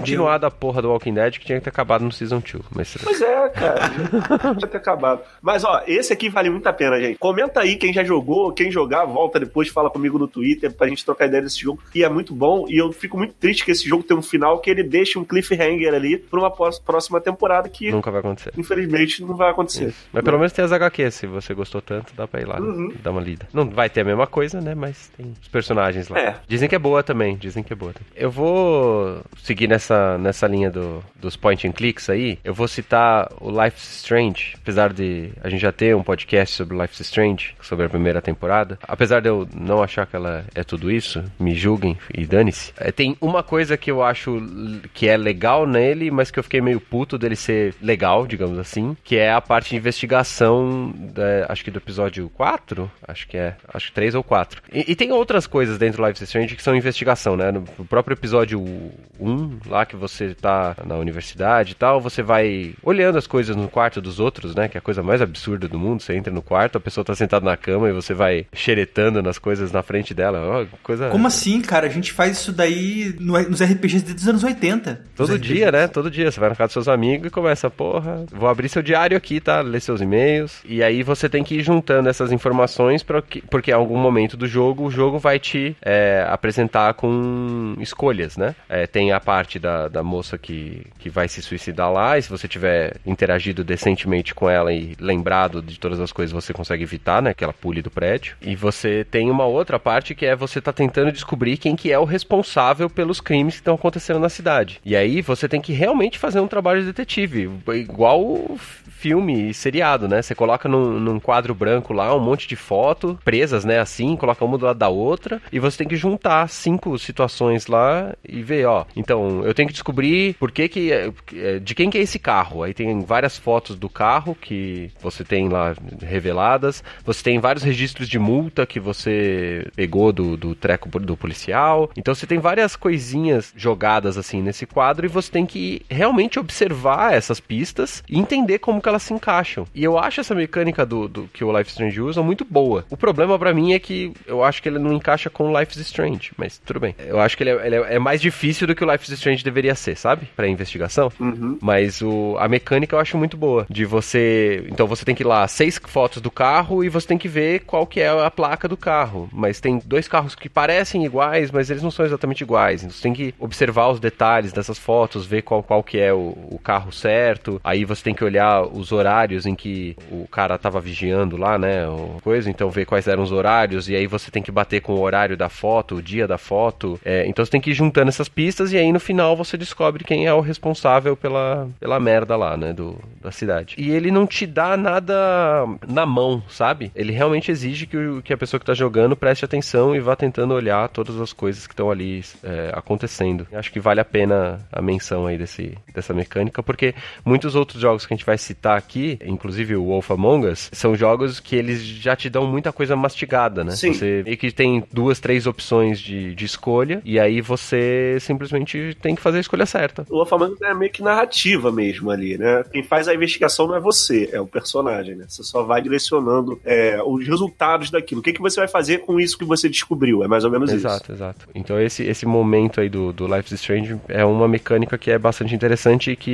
continuado a porra do Walking Dead que tinha que ter acabado no Season 2. Mas... Pois é, cara. Tinha ter acabado. Mas, ó, esse aqui vale muito a pena, gente. Comenta aí quem já jogou, quem jogar, volta depois, fala comigo no Twitter pra gente trocar ideia desse jogo. E é muito bom. E eu fico muito triste que esse jogo tem um final que ele deixa um cliffhanger ali pra uma próxima temporada que... Nunca vai acontecer. Infelizmente, não vai acontecer. Isso. Mas pelo menos tem as HQs. Se você gostou tanto, dá pra ir lá, dar uma lida. Não vai ter a mesma coisa, né? Mas tem os personagens lá. Dizem que é boa também. Eu vou seguir nessa linha dos point and clicks aí. Eu vou citar o Life is Strange. Apesar de a gente já ter um podcast sobre Life is Strange, sobre a primeira temporada. Apesar de eu não achar que ela é tudo isso, me julguem e dane-se. Tem uma coisa que eu acho que é legal nele, mas que eu fiquei meio puto dele ser legal, digamos assim, que é a parte de investigação, acho que do episódio 4, acho que 3 ou 4. E tem outras coisas dentro do Life is Strange que são investigação, né? No próprio episódio 1, lá que você tá na universidade e tal, você vai olhando as coisas no quarto dos outros, né? Que é a coisa mais absurda do mundo. Você entra no quarto, a pessoa tá sentada na cama e você vai xeretando nas coisas na frente dela. Coisa... Como assim, cara? A gente faz isso daí nos RPGs dos anos 80. Todo dia, né? Todo dia. Você vai na casa dos seus amigos e começa, porra, vou abrir seu diário aqui, tá? Ler seus e-mails. E aí você tem que ir juntando essas informações porque em algum momento do jogo, o jogo vai te apresentar com escolhas, né? Tem a parte da moça que vai se suicidar lá, e se você tiver interagido decentemente com ela e lembrado de todas as coisas, você consegue evitar, né? Que ela pule do prédio. E você tem uma outra parte que é você tá tentando descobrir quem que é o responsável pelos crimes que estão acontecendo na cidade. E aí você tem que realmente fazer um trabalho de detetive, igual filme e seriado, né? Você coloca num quadro branco lá um monte de foto presas, né? Assim, coloca uma do lado da outra e você tem que juntar 5 situações lá e ver, ó. Então, eu tenho que descobrir de quem que é esse carro. Aí tem várias fotos do carro que você tem lá reveladas. Você tem vários registros de multa que você pegou do treco do policial. Então, você tem várias coisinhas jogadas assim nesse quadro e você tem que realmente observar essas pistas e entender como que elas se encaixam. E eu acho essa mecânica do que o Life is Strange usa muito boa. O problema pra mim é que eu acho que ele não encaixa com o Life is Strange, mas tudo bem. Eu acho que ele é mais difícil do que o Life is Strange deveria ser, sabe? Pra investigação. Mas a mecânica eu acho muito boa. De você... Então você tem que ir lá 6 fotos do carro e você tem que ver qual que é a placa do carro. Mas tem 2 carros que parecem iguais, mas eles não são exatamente iguais. Então você tem que observar os detalhes dessas fotos, ver qual que é o carro certo. Aí você tem que olhar os horários em que o cara tava vigiando lá, né? Então ver quais eram os horários. E aí você tem que bater com o horário da foto, o dia da foto. Então você tem que ir juntando essas pistas e aí no final você descobre quem é o responsável pela merda lá, né? Da cidade. E ele não te dá nada na mão, sabe? Ele realmente exige que a pessoa que tá jogando preste atenção e vá tentando olhar todas as coisas que estão ali acontecendo. Acho que vale a pena a menção aí dessa mecânica, porque muitos outros jogos que a gente vai citar aqui, inclusive o Wolf Among Us, são jogos que eles já te dão muita coisa mastigada, né? Sim. Você meio que tem 2, 3 opções de escolha, e aí você simplesmente tem que fazer a escolha certa. O Wolf Among Us é meio que narrativa mesmo ali, né? Quem faz a investigação não é você, é o personagem, né? Você só vai direcionando os resultados daquilo. O que você vai fazer com isso que você descobriu? É mais ou menos isso. Exato. Então esse momento aí do Life is Strange é uma mecânica que é bastante interessante e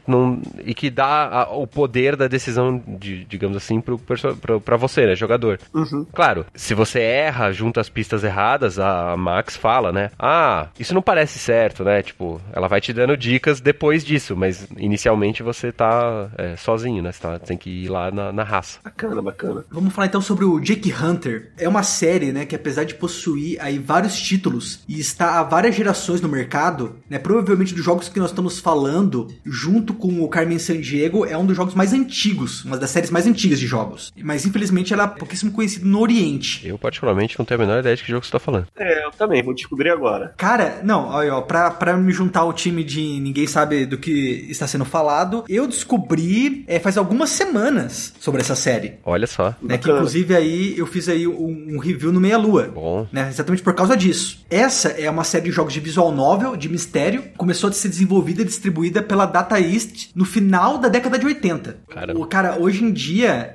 que dá o poder da decisão, digamos assim, pra você, né, jogador. Claro, se você erra junto às pistas erradas, a Max fala, né? Isso não parece certo, né? Tipo, ela vai te dando dicas depois disso, mas inicialmente você tá sozinho, né? Você tem que ir lá na raça. Bacana. Vamos falar então sobre o Jake Hunter. É uma série, né, que apesar de possuir aí vários títulos e está há várias gerações no mercado, né, provavelmente dos jogos que nós estamos falando, junto com o Carmen Sandiego, é um dos jogos mais antigos, uma das séries mais antigas de jogos. Mas infelizmente ela é pouquíssimo conhecida no Oriente. Eu particularmente não tenho a menor ideia de que jogo você tá falando. Eu também, vou descobrir agora. Cara, não, olha, pra me juntar ao time de ninguém sabe do que está sendo falado, eu descobri faz algumas semanas sobre essa série. Olha só. Né, que inclusive aí eu fiz aí um review no Meia Lua. Bom. Né, exatamente por causa disso. Essa é uma série de jogos de visual novel, de mistério, começou a ser desenvolvida e distribuída pela Data East no final da década de 80. Caramba. Cara, hoje em dia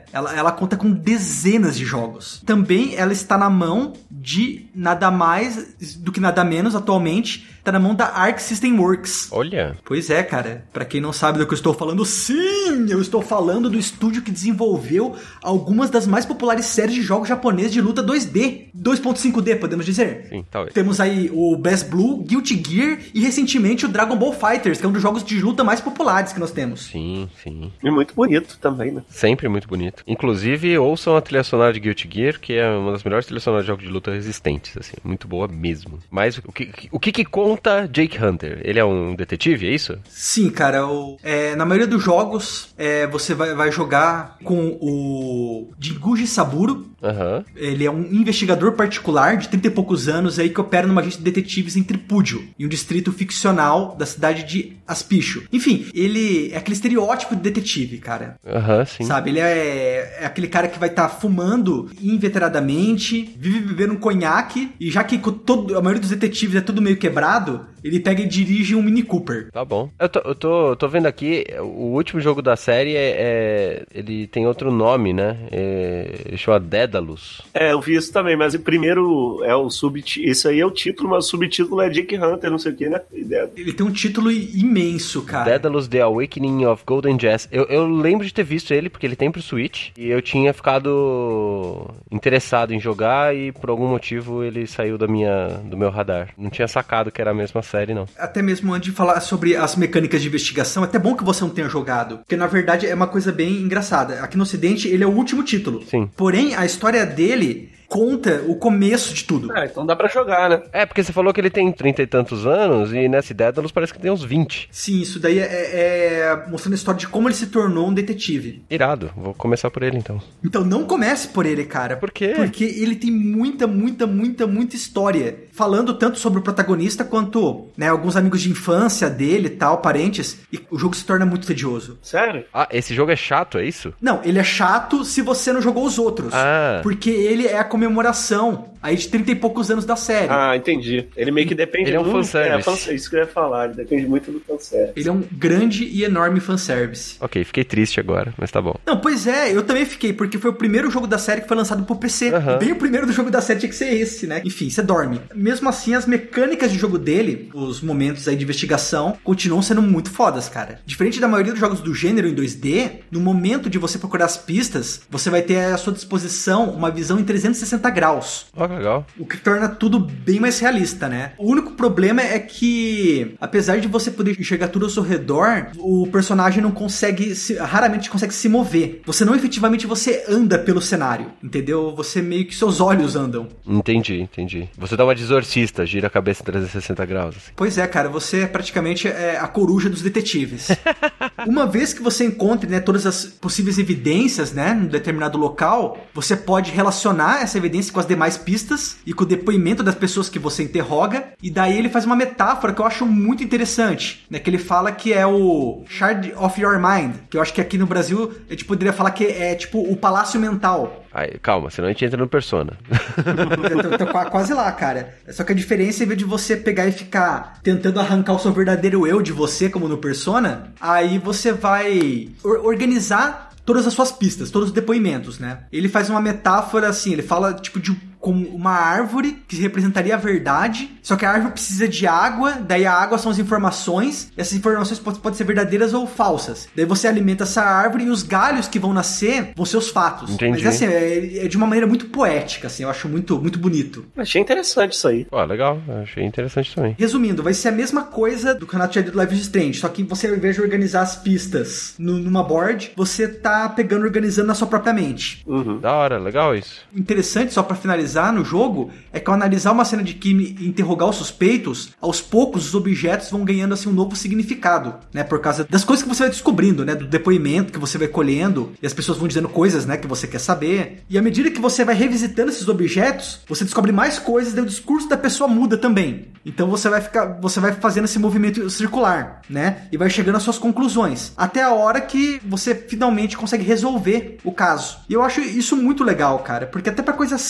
Ela conta com dezenas de jogos. Também ela está na mão de nada mais do que nada menos atualmente, tá na mão da Arc System Works. Olha. Pois é, cara. Pra quem não sabe do que eu estou falando, sim! Eu estou falando do estúdio que desenvolveu algumas das mais populares séries de jogos japoneses de luta 2D. 2.5D, podemos dizer? Sim, talvez. Temos aí o BlazBlue, Guilty Gear e recentemente o Dragon Ball FighterZ, que é um dos jogos de luta mais populares que nós temos. Sim, sim. E muito bonito também, né? Sempre muito bonito. Inclusive, ouçam a trilha sonora de Guilty Gear, que é uma das melhores trilhas sonoras de jogos de luta existentes, assim. Muito boa mesmo. Mas o que conta Jake Hunter? Ele é um detetive, é isso? Sim, cara. Na maioria dos jogos, você vai jogar com o Jinguji Saburo. Aham. Ele é um investigador particular de 30 e poucos anos aí que opera numa agência de detetives em Tripúdio, em um distrito ficcional da cidade de Aspicho. Enfim, ele é aquele estereótipo de detetive, cara. Aham, sim. Sabe, ele é aquele cara que vai estar fumando inveteradamente, vive bebendo um conhaque, e já que a maioria dos detetives é tudo meio quebrado, ele pega e dirige um Mini Cooper. Tá bom. Eu tô vendo aqui, o último jogo da série ele tem outro nome, né? Ele chama Daedalus. Eu vi isso também, mas o primeiro é o subtítulo. Esse aí é o título, mas o subtítulo é Jake Hunter, não sei o que, né? Ele tem um título imenso, cara. Daedalus The Awakening of Golden Jazz. Eu lembro de ter visto ele, porque ele tem pro Switch, e eu tinha ficado interessado em jogar, e por algum motivo ele saiu do meu radar. Não tinha sacado que era a mesma série, não. Até mesmo antes de falar sobre as mecânicas de investigação, é até bom que você não tenha jogado, porque na verdade é uma coisa bem engraçada. Aqui no Ocidente ele é o último título. Sim. Porém, a história dele conta o começo de tudo. Então dá pra jogar, né? Porque você falou que ele tem 30 e tantos anos, e nessa Daedalus parece que tem uns 20. Sim, isso daí é mostrando a história de como ele se tornou um detetive. Irado, vou começar por ele então. Então não comece por ele, cara. Por quê? Porque ele tem muita história. Falando tanto sobre o protagonista quanto, né, alguns amigos de infância dele e tal, parentes. E o jogo se torna muito tedioso. Sério? Esse jogo é chato, é isso? Não, ele é chato se você não jogou os outros. Porque ele é a comemoração aí de 30 e poucos anos da série. Entendi. Ele meio que depende... Ele é um fanservice. Isso que eu ia falar, ele depende muito do fanservice. Ele é um grande e enorme fanservice. Ok, fiquei triste agora, mas tá bom. Não, pois é, eu também fiquei, porque foi o primeiro jogo da série que foi lançado pro PC. Bem o primeiro do jogo da série tinha que ser esse, né? Enfim, você dorme. Mesmo assim, as mecânicas de jogo dele, os momentos aí de investigação, continuam sendo muito fodas, cara. Diferente da maioria dos jogos do gênero em 2D, no momento de você procurar as pistas, você vai ter à sua disposição uma visão em 360 graus. Legal. O que torna tudo bem mais realista, né? O único problema é que, apesar de você poder enxergar tudo ao seu redor, o personagem não consegue, raramente consegue se mover. Você não efetivamente você anda pelo cenário, entendeu? Você meio que seus olhos andam. Entendi. Você dá uma de exorcista, gira a cabeça em 360 graus. Assim. Pois é, cara, você é praticamente a coruja dos detetives. Uma vez que você encontre, né, todas as possíveis evidências, né, num determinado local, você pode relacionar essa evidência com as demais pistas e com o depoimento das pessoas que você interroga, e daí ele faz uma metáfora que eu acho muito interessante, né, que ele fala que é o Shard of Your Mind, que eu acho que aqui no Brasil a gente poderia falar que é tipo o palácio mental. Calma, senão a gente entra no Persona. Eu tô quase lá, cara. Só que a diferença, em vez de você pegar e ficar tentando arrancar o seu verdadeiro eu de você, como no Persona, aí você vai organizar todas as suas pistas, todos os depoimentos, né? Ele faz uma metáfora assim, ele fala tipo de como uma árvore que representaria a verdade, só que a árvore precisa de água, daí a água são as informações, e essas informações podem ser verdadeiras ou falsas. Daí você alimenta essa árvore e os galhos que vão nascer vão ser os fatos. Entendi. Mas assim, é de uma maneira muito poética, assim, eu acho muito bonito. Achei interessante isso aí. Legal, achei interessante também. Resumindo, vai ser a mesma coisa do Campeonato de Life is Strange, só que você, ao invés de organizar as pistas numa board, você tá pegando e organizando na sua própria mente. Da hora, legal isso. Interessante, só pra finalizar no jogo, é que ao analisar uma cena de crime e interrogar os suspeitos, aos poucos os objetos vão ganhando assim um novo significado, né, por causa das coisas que você vai descobrindo, né, do depoimento que você vai colhendo, e as pessoas vão dizendo coisas, né, que você quer saber, e à medida que você vai revisitando esses objetos, você descobre mais coisas, e o discurso da pessoa muda também. Então você vai fazendo esse movimento circular, né, e vai chegando às suas conclusões, até a hora que você finalmente consegue resolver o caso. E eu acho isso muito legal, cara, porque até pra coisa simples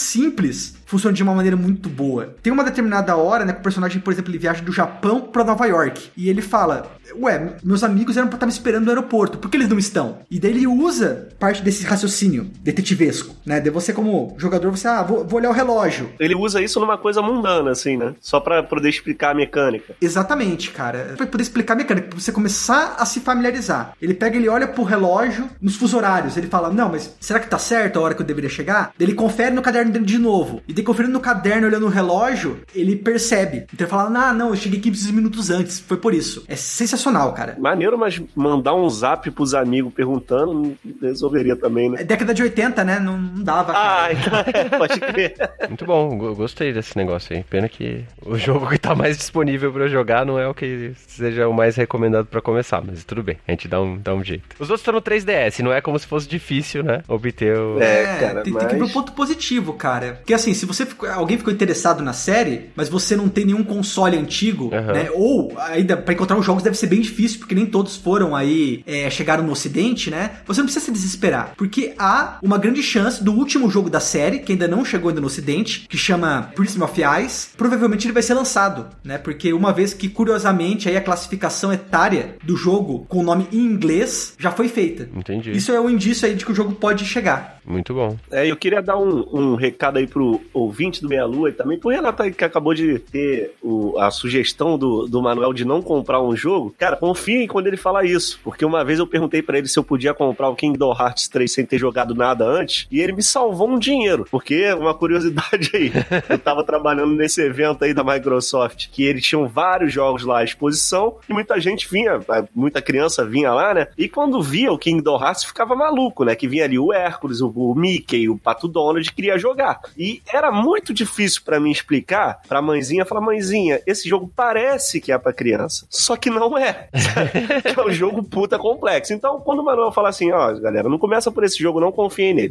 simples funciona de uma maneira muito boa. Tem uma determinada hora, né, que o personagem, por exemplo, ele viaja do Japão pra Nova York. E ele fala, ué, meus amigos eram pra estar me esperando no aeroporto, por que eles não estão? E daí ele usa parte desse raciocínio detetivesco, né? Daí você, como jogador, você, vou olhar o relógio. Ele usa isso numa coisa mundana, assim, né? Só pra poder explicar a mecânica. Exatamente, cara. Pra poder explicar a mecânica, pra você começar a se familiarizar. Ele olha pro relógio nos fusos horários, ele fala, não, mas será que tá certo a hora que eu deveria chegar? Daí ele confere no caderno dele de novo. E daí conferindo no caderno, olhando o relógio, ele percebe. Então ele fala, não, eu cheguei 15 minutos antes, foi por isso. É sensacional, cara. Maneiro, mas mandar um zap pros amigos perguntando não resolveria também, né? É década de 80, né? Não dava, cara. Então pode crer. Muito bom, eu gostei desse negócio aí. Pena que o jogo que tá mais disponível pra eu jogar não é o que seja o mais recomendado pra começar, mas tudo bem, a gente dá um jeito. Os outros estão no 3DS, não é como se fosse difícil, né? Obter o... cara, tem que ver o ponto positivo, cara. Porque assim, se alguém ficou interessado na série, mas você não tem nenhum console antigo, né? Ou ainda pra encontrar os jogos deve ser bem difícil, porque nem todos foram aí, chegaram no ocidente, né? Você não precisa se desesperar, porque há uma grande chance do último jogo da série, que ainda não chegou ainda no ocidente, que chama Prism of Ice, provavelmente ele vai ser lançado, né? Porque uma vez que, curiosamente, aí a classificação etária do jogo com o nome em inglês já foi feita. Entendi. Isso é um indício aí de que o jogo pode chegar. Muito bom. Eu queria dar um recado aí pro ouvinte do Meia Lua e também pro Renato aí, que acabou de ter a sugestão do Manuel de não comprar um jogo. Cara, confiem quando ele fala isso, porque uma vez eu perguntei pra ele se eu podia comprar o Kingdom Hearts 3 sem ter jogado nada antes, e ele me salvou um dinheiro, porque uma curiosidade aí, eu tava trabalhando nesse evento aí da Microsoft, que eles tinham vários jogos lá à exposição, e muita gente vinha, muita criança vinha lá, né, e quando via o Kingdom Hearts ficava maluco, né, que vinha ali o Hércules, o Mickey, o Pato Donald, queria jogar, e era muito difícil pra mim explicar pra mãezinha, falar, mãezinha, esse jogo parece que é pra criança, só que não é, que é um jogo puta complexo. Então, quando o Manuel fala assim, galera, não começa por esse jogo, não confiem nele.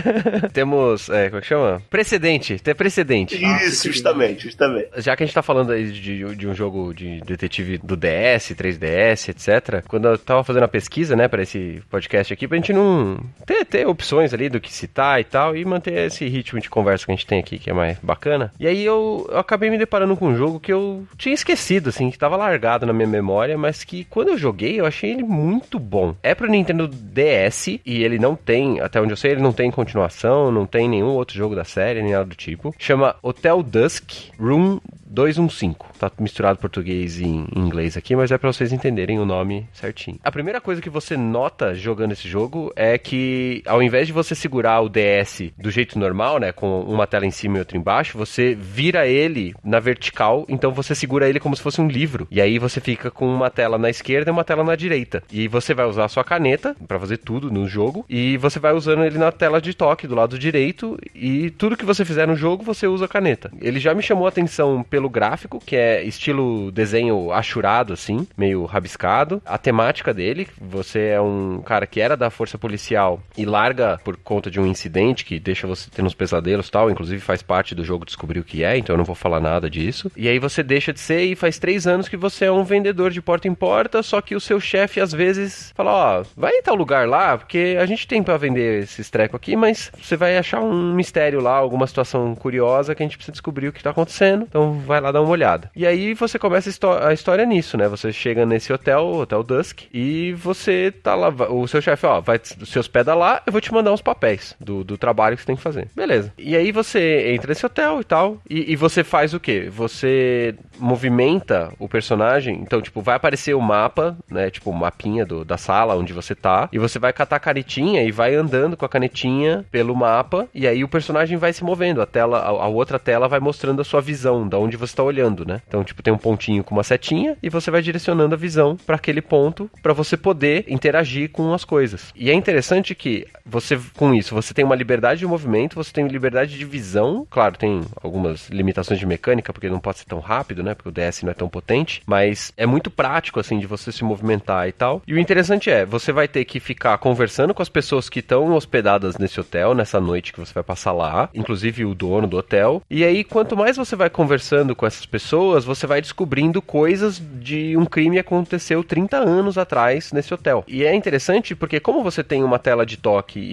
Temos, como é que chama? Precedente, ter precedente. Isso, justamente. Já que a gente tá falando aí de um jogo de detetive do DS, 3DS, etc., quando eu tava fazendo a pesquisa, né, pra esse podcast aqui, pra gente não ter opções ali do que citar e tal, e manter esse ritmo de conversa que a gente tem aqui, que é mais bacana. E aí eu acabei me deparando com um jogo que eu tinha esquecido, assim, que tava largado na minha memória, mas que quando eu joguei, eu achei ele muito bom. É pro Nintendo DS, e ele não tem, até onde eu sei, ele não tem continuação, não tem nenhum outro jogo da série, nem nada do tipo. Chama Hotel Dusk Room 215. Tá misturado português e inglês aqui, mas é pra vocês entenderem o nome certinho. A primeira coisa que você nota jogando esse jogo é que, ao invés de você segurar o DS do jeito normal, né, com uma tela em cima e outra embaixo, você vira ele na vertical, então você segura ele como se fosse um livro. E aí você fica com uma tela na esquerda e uma tela na direita. E você vai usar a sua caneta pra fazer tudo no jogo, e você vai usando ele na tela de toque do lado direito, e tudo que você fizer no jogo, você usa a caneta. Ele já me chamou a atenção pelo gráfico, que é estilo desenho achurado, assim, meio rabiscado. A temática dele, você é um cara que era da força policial e larga por conta de um incidente que deixa você tendo uns pesadelos e tal, inclusive faz parte do jogo descobrir o que é, então eu não vou falar nada disso. E aí você deixa de ser, e faz 3 anos que você é um vendedor de porta em porta, só que o seu chefe às vezes fala, vai em tal lugar lá, porque a gente tem pra vender esses trecos aqui, mas você vai achar um mistério lá, alguma situação curiosa que a gente precisa descobrir o que tá acontecendo, então vai lá dar uma olhada. E aí você começa a história nisso, né? Você chega nesse Hotel Dusk, e você tá lá, o seu chefe, vai se hospeda lá, eu vou te mandar uns papéis do trabalho que você tem que fazer. Beleza. E aí você entra nesse hotel e tal, e você faz o quê? Você movimenta o personagem, então, tipo, vai aparecer o mapa, né? Tipo, o mapinha da sala onde você tá, e você vai catar a canetinha e vai andando com a canetinha pelo mapa, e aí o personagem vai se movendo, a outra tela vai mostrando a sua visão, da onde você tá olhando, né? Então, tipo, tem um pontinho com uma setinha, e você vai direcionando a visão para aquele ponto, para você poder interagir com as coisas. E é interessante que você, com isso, você tem uma liberdade de movimento, você tem liberdade de visão, claro, tem algumas limitações de mecânica, porque não pode ser tão rápido, né? Porque o DS não é tão potente, mas é muito prático, assim, de você se movimentar e tal. E o interessante é, você vai ter que ficar conversando com as pessoas que estão hospedadas nesse hotel, nessa noite que você vai passar lá, inclusive o dono do hotel. E aí, quanto mais você vai conversando com essas pessoas, você vai descobrindo coisas de um crime que aconteceu 30 anos atrás nesse hotel. E é interessante porque como você tem uma tela de toque e você tá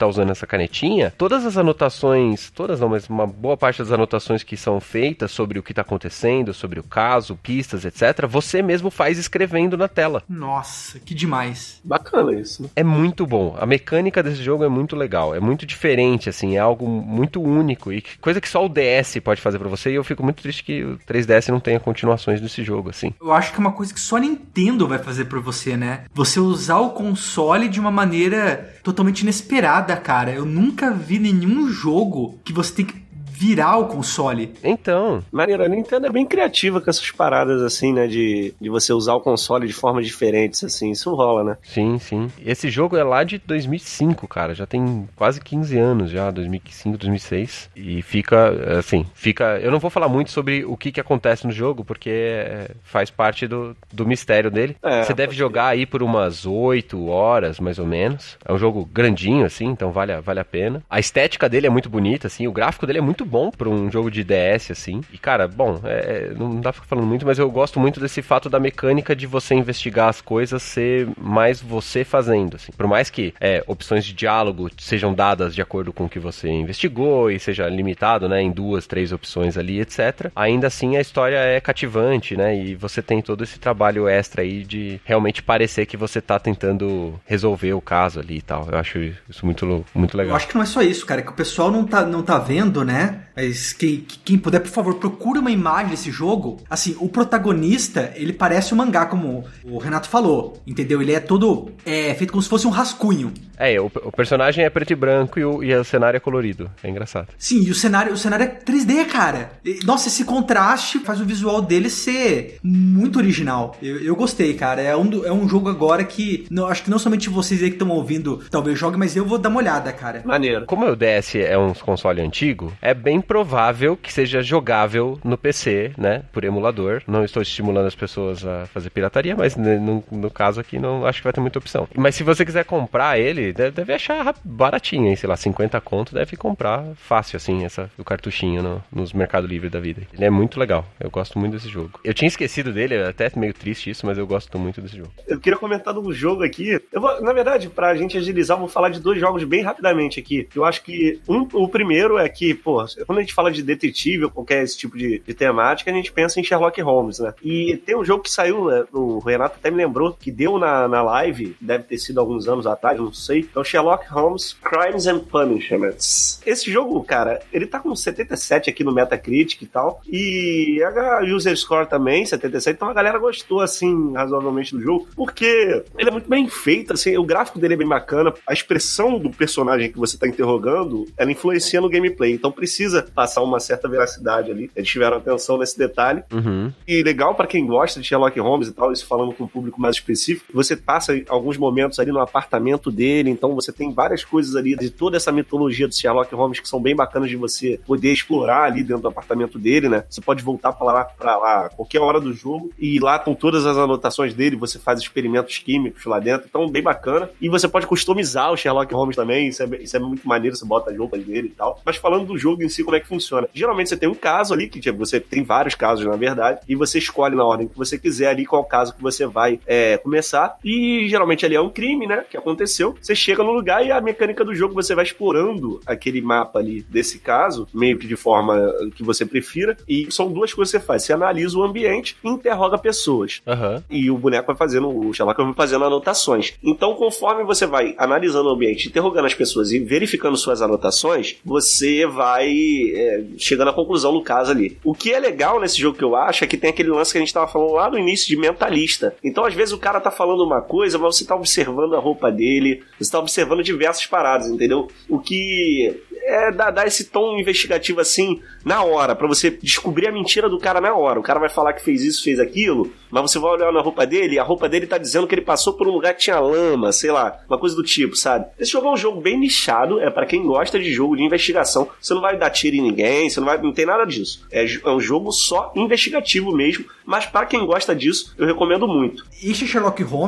usando essa canetinha, todas as anotações, todas não, mas uma boa parte das anotações que são feitas sobre o que tá acontecendo, sobre o caso, pistas, etc., você mesmo faz escrevendo na tela. Nossa, que demais. Bacana isso, né? É muito bom. A mecânica desse jogo é muito legal. É muito diferente, assim. É algo muito único. E coisa que só o DS pode fazer pra você. E eu fico muito triste que o 3DS não tenha continuações desse jogo, assim. Eu acho que é uma coisa que só a Nintendo vai fazer pra você, né? Você usar o console de uma maneira totalmente inesperada, cara. Eu nunca vi nenhum jogo que você tem que virar o console. Então. Maneiro, a Nintendo é bem criativa com essas paradas, assim, né? De você usar o console de formas diferentes, assim. Isso rola, né? Sim, sim. Esse jogo é lá de 2005, cara. Já tem quase 15 anos já, 2005, 2006. E fica, assim, eu não vou falar muito sobre o que acontece no jogo, porque faz parte do mistério dele. Você deve jogar aí por umas 8 horas, mais ou menos. É um jogo grandinho, assim, então vale a pena. A estética dele é muito bonita, assim. O gráfico dele é muito bom pra um jogo de DS, assim. E, cara, bom, não dá pra ficar falando muito, mas eu gosto muito desse fato da mecânica de você investigar as coisas ser mais você fazendo, assim. Por mais que opções de diálogo sejam dadas de acordo com o que você investigou e seja limitado, né, em 2, 3 opções ali, etc. Ainda assim, a história é cativante, né, e você tem todo esse trabalho extra aí de realmente parecer que você tá tentando resolver o caso ali e tal. Eu acho isso muito, muito legal. Eu acho que não é só isso, cara, que o pessoal não tá vendo, né? Mas quem puder, por favor, procure uma imagem desse jogo. Assim, o protagonista, ele parece um mangá, como o Renato falou, entendeu? Ele é todo feito como se fosse um rascunho. O personagem é preto e branco e o cenário é colorido. É engraçado. Sim, e o cenário é 3D, cara. Nossa, esse contraste faz o visual dele ser muito original. Eu gostei, cara. É um jogo agora que acho que não somente vocês aí que estão ouvindo talvez joguem, mas eu vou dar uma olhada, cara. Maneiro. Como o DS é um console antigo, é bem provável que seja jogável no PC, né? Por emulador. Não estou estimulando as pessoas a fazer pirataria, mas no caso aqui não acho que vai ter muita opção. Mas se você quiser comprar ele, deve achar baratinho, hein? Sei lá, 50 conto, deve comprar fácil, assim, o cartuchinho nos Mercado Livre da vida. Ele é muito legal. Eu gosto muito desse jogo. Eu tinha esquecido dele, é até meio triste isso, mas eu gosto muito desse jogo. Eu queria comentar do jogo aqui. Na verdade, pra gente agilizar, eu vou falar de 2 jogos bem rapidamente aqui. Eu acho que o primeiro é que, quando a gente fala de detetive ou qualquer esse tipo de temática, a gente pensa em Sherlock Holmes, né? E tem um jogo que saiu, né? O Renato até me lembrou, que deu na live, deve ter sido alguns anos atrás, não sei. Então, Sherlock Holmes Crimes and Punishments. Esse jogo, cara, ele tá com 77 aqui no Metacritic e tal. E a User Score também, 77. Então a galera gostou, assim, razoavelmente do jogo, porque ele é muito bem feito, assim, o gráfico dele é bem bacana. A expressão do personagem que você tá interrogando, ela influencia no gameplay. Então precisa passar uma certa veracidade ali. Eles tiveram atenção nesse detalhe. Uhum. E legal pra quem gosta de Sherlock Holmes e tal, isso falando com um público mais específico, você passa alguns momentos ali no apartamento dele, então você tem várias coisas ali de toda essa mitologia do Sherlock Holmes que são bem bacanas de você poder explorar ali dentro do apartamento dele, né? Você pode voltar pra lá a qualquer hora do jogo e lá com todas as anotações dele, você faz experimentos químicos lá dentro, então bem bacana. E você pode customizar o Sherlock Holmes também, isso é muito maneiro, você bota as roupas dele e tal. Mas falando do jogo em si, como é que funciona? Geralmente você tem um caso ali, que você tem vários casos na verdade, e você escolhe na ordem que você quiser ali qual caso que você vai começar, e geralmente ali é um crime, né, que aconteceu. Você chega no lugar e a mecânica do jogo, você vai explorando aquele mapa ali desse caso, meio que de forma que você prefira, e são 2 coisas que você faz. Você analisa o ambiente e interroga pessoas. Uhum. E o boneco vai fazendo, o Sherlock vai fazendo anotações. Então, conforme você vai analisando o ambiente, interrogando as pessoas e verificando suas anotações, você vai chegando à conclusão no caso ali. O que é legal nesse jogo que eu acho é que tem aquele lance que a gente tava falando lá no início de mentalista. Então, às vezes o cara tá falando uma coisa, mas você tá observando a roupa dele, você tá observando diversas paradas, entendeu? O que dá esse tom investigativo assim, na hora, pra você descobrir a mentira do cara na hora. O cara vai falar que fez isso, fez aquilo, mas você vai olhar na roupa dele e a roupa dele tá dizendo que ele passou por um lugar que tinha lama, sei lá, uma coisa do tipo, sabe? Esse jogo é um jogo bem nichado, pra quem gosta de jogo de investigação. Você não vai dar tiro em ninguém, não tem nada disso. É um jogo só investigativo mesmo, mas pra quem gosta disso, eu recomendo muito. Este Sherlock Holmes,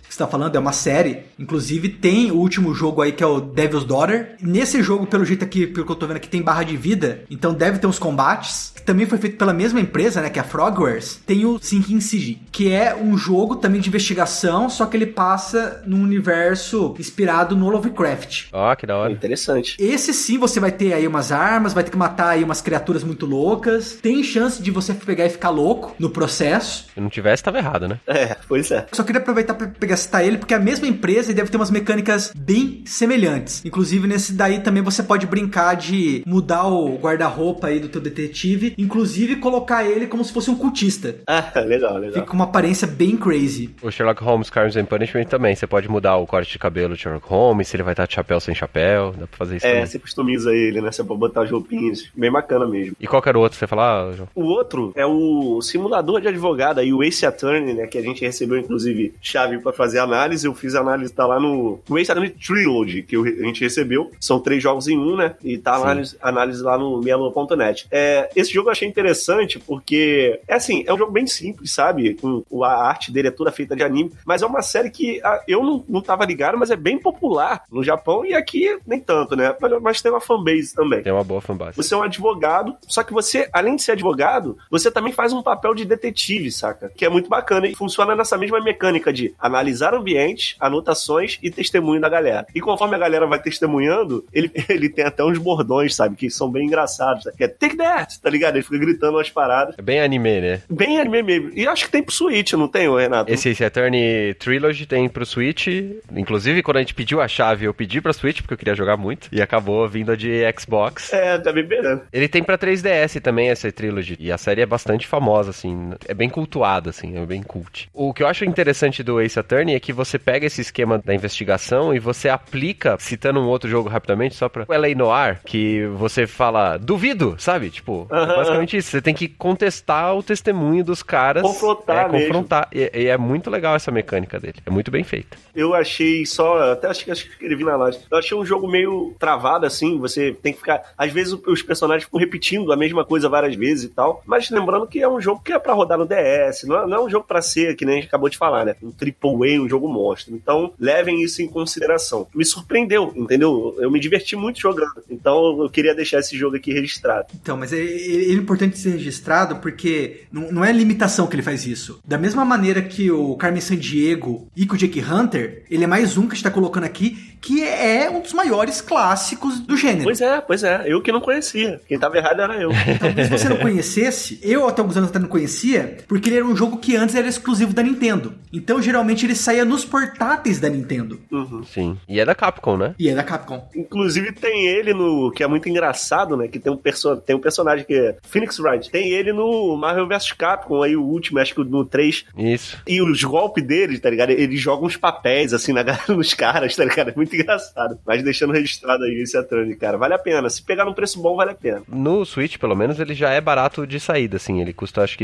que você tá falando, é uma série. Inclusive tem o último jogo aí que é o Devil's Daughter. Nesse jogo, pelo jeito aqui, pelo que eu tô vendo aqui, tem barra de vida. Então deve ter uns combates. Que também foi feito pela mesma empresa, né? Que é a Frogwares. Tem o Sinking Siege, que é um jogo também de investigação, só que ele passa num universo inspirado no Lovecraft. Ó, que da hora. Interessante. Esse sim, você vai ter aí umas armas, vai ter que matar aí umas criaturas muito loucas. Tem chance de você pegar e ficar louco no processo. Se não tivesse, tava errado, né? Pois é. Só queria aproveitar pra pegar citar ele, porque a mesma empresa deve ter umas mecânicas bem semelhantes. Inclusive, nesse daí também você pode brincar de mudar o guarda-roupa aí do teu detetive, inclusive colocar ele como se fosse um cultista. Legal. Fica com uma aparência bem crazy. O Sherlock Holmes Crimes and Punishment também. Você pode mudar o corte de cabelo do Sherlock Holmes, se ele vai estar de chapéu sem chapéu. Dá pra fazer isso também. Você customiza ele, né? Você pode botar as roupinhas. Bem bacana mesmo. E qual que era o outro que você falava, João? O outro é o simulador de advogado aí, o Ace Attorney, né? Que a gente recebeu, inclusive, chave pra fazer análise. Eu fiz a análise, tá lá no Ace Attorney Trilogy, que a gente recebeu. São 3 jogos em um, né? E tá a análise lá no meialua.net. Esse jogo eu achei interessante porque, é um jogo bem simples, sabe? A arte dele é toda feita de anime, mas é uma série que eu não tava ligado, mas é bem popular no Japão e aqui nem tanto, né? Mas tem uma fanbase também. Tem uma boa fanbase. Você é um advogado, só que você, além de ser advogado, você também faz um papel de detetive, saca? Que é muito bacana e funciona nessa mesma mecânica de analisar o ambiente, anotações e testemunho da galera. E conforme a galera vai testemunhando, ele tem até uns bordões, sabe? Que são bem engraçados. Sabe? Que é take that, tá ligado? Ele fica gritando umas paradas. É bem anime, né? Bem anime mesmo. E acho que tem pro Switch, não tem, Renato? Esse Attorney Trilogy tem pro Switch. Inclusive, quando a gente pediu a chave, eu pedi pra Switch, porque eu queria jogar muito. E acabou vindo a de Xbox. Tá bem beleza. Ele tem pra 3DS também, essa Trilogy. E a série é bastante famosa, assim. É bem cultuada, assim. É bem cult. O que eu acho interessante do Ace Attorney é que você pega esse esquema da investigação e você aplica, citando um outro jogo rapidamente, só pra o LA Noire, que você fala, duvido, sabe? Tipo, é basicamente isso. Você tem que contestar o testemunho dos caras. Confrontar mesmo. Confrontar. E é muito legal essa mecânica dele. É muito bem feita. Eu achei até acho que escrevi na live. Eu achei um jogo meio travado, assim. Você tem que ficar... Às vezes os personagens ficam repetindo a mesma coisa várias vezes e tal. Mas lembrando que é um jogo que é pra rodar no DS. Não é um jogo pra ser, que nem a gente acabou de falar, né? Um AAA, um jogo monstro. Então, levem isso em consideração. Me surpreendeu, entendeu? Eu me diverti muito jogando. Então, eu queria deixar esse jogo aqui registrado. Então, mas é importante ser registrado porque não é limitação que ele faz isso. Da mesma maneira que o Carmen Sandiego e que o Jake Hunter, ele é mais um que a gente tá colocando aqui, que é um dos maiores clássicos do gênero. Pois é. Eu que não conhecia. Quem tava errado era eu. Talvez você não conhecesse, eu até alguns anos até não conhecia, porque ele era um jogo que antes era exclusivo da Nintendo. Então, geralmente, ele saía nos portáteis da Nintendo. Sim. E é da Capcom, né? E é da Capcom. Inclusive, tem ele no... Que é muito engraçado, né? Que tem um personagem que é Phoenix Wright. Tem ele no Marvel vs Capcom, aí o último, acho que no 3. Isso. E os golpes dele, tá ligado? Ele joga uns papéis, assim, nos caras, tá ligado? É muito engraçado. Mas deixando registrado aí esse Attorney, cara. Vale a pena. Se pegar num preço bom, vale a pena. No Switch, pelo menos, ele já é barato de saída, assim. Ele custa, acho que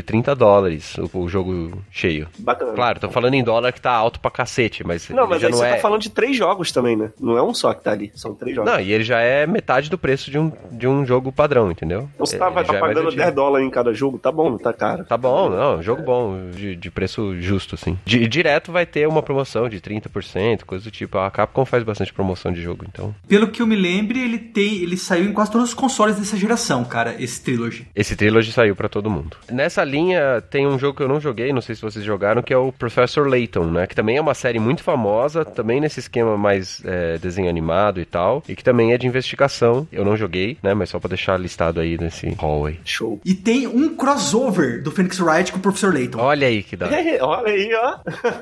$30 o jogo cheio. Bacana. Claro, tô falando em dólar que tá alto pra cacete, mas... Não, mas já aí não você é... tá falando de 3 jogos também, né? Não é um só que tá ali. São 3 jogos. Não, e ele já é metade do preço de um jogo padrão, entendeu? Então você vai estar pagando $10 em cada jogo, tá bom, não tá caro. Tá bom, não, jogo bom, de preço justo, assim. Direto vai ter uma promoção de 30%, coisa do tipo. A Capcom faz bastante promoção de jogo, então... Pelo que eu me lembre, ele saiu em quase todos os consoles dessa geração, cara, esse Trilogy. Esse Trilogy saiu pra todo mundo. Nessa linha, tem um jogo que eu não joguei, não sei se vocês jogaram, que é o Professor Layton, né? Que também é uma série muito famosa, também nesse esquema mais desenho animado e tal, e que também é de investigação. Eu não joguei, né? Mas só pra deixar listado aí nesse hallway. Show. E tem um crossover do Phoenix Wright com o Professor Layton. Olha aí que dá. Olha aí, ó.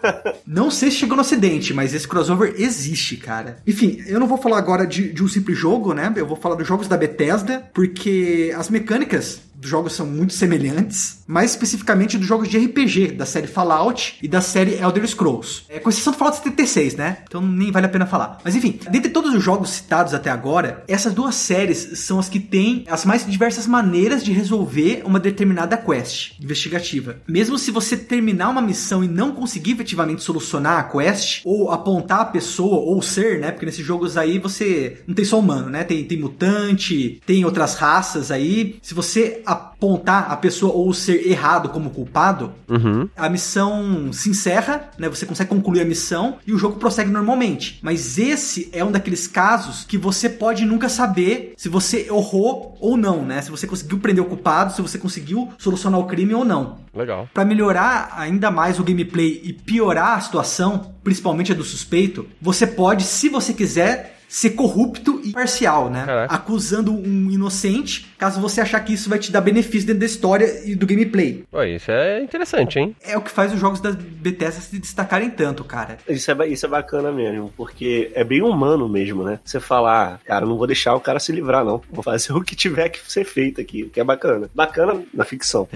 Não sei se chegou no ocidente, mas esse crossover existe, cara. Enfim, eu não vou falar agora de um simples jogo, né? Eu vou falar dos jogos da Bethesda, porque as mecânicas dos jogos são muito semelhantes, mais especificamente dos jogos de RPG, da série Fallout e da série Elder Scrolls. Com exceção do Fallout 76, né? Então nem vale a pena falar. Mas enfim, dentre todos os jogos citados até agora, essas duas séries são as que têm as mais diversas maneiras de resolver uma determinada quest investigativa. Mesmo se você terminar uma missão e não conseguir efetivamente solucionar a quest, ou apontar a pessoa, ou ser, né? Porque nesses jogos aí você não tem só humano, né? Tem mutante, tem outras raças aí. Se você apontar a pessoa ou ser errado como culpado, a missão se encerra, né? Você consegue concluir a missão e o jogo prossegue normalmente. Mas esse é um daqueles casos que você pode nunca saber se você errou ou não, né? Se você conseguiu prender o culpado, se você conseguiu solucionar o crime ou não. Legal. Pra melhorar ainda mais o gameplay e piorar a situação, principalmente a do suspeito, você pode, se você quiser, ser corrupto e parcial, né? Caraca. Acusando um inocente, caso você achar que isso vai te dar benefício dentro da história e do gameplay. Pô, isso é interessante, hein? É o que faz os jogos da Bethesda se destacarem tanto, cara. Isso é bacana mesmo, porque é bem humano mesmo, né? Você falar, cara, não vou deixar o cara se livrar, não. Vou fazer o que tiver que ser feito aqui, o que é bacana. Bacana na ficção.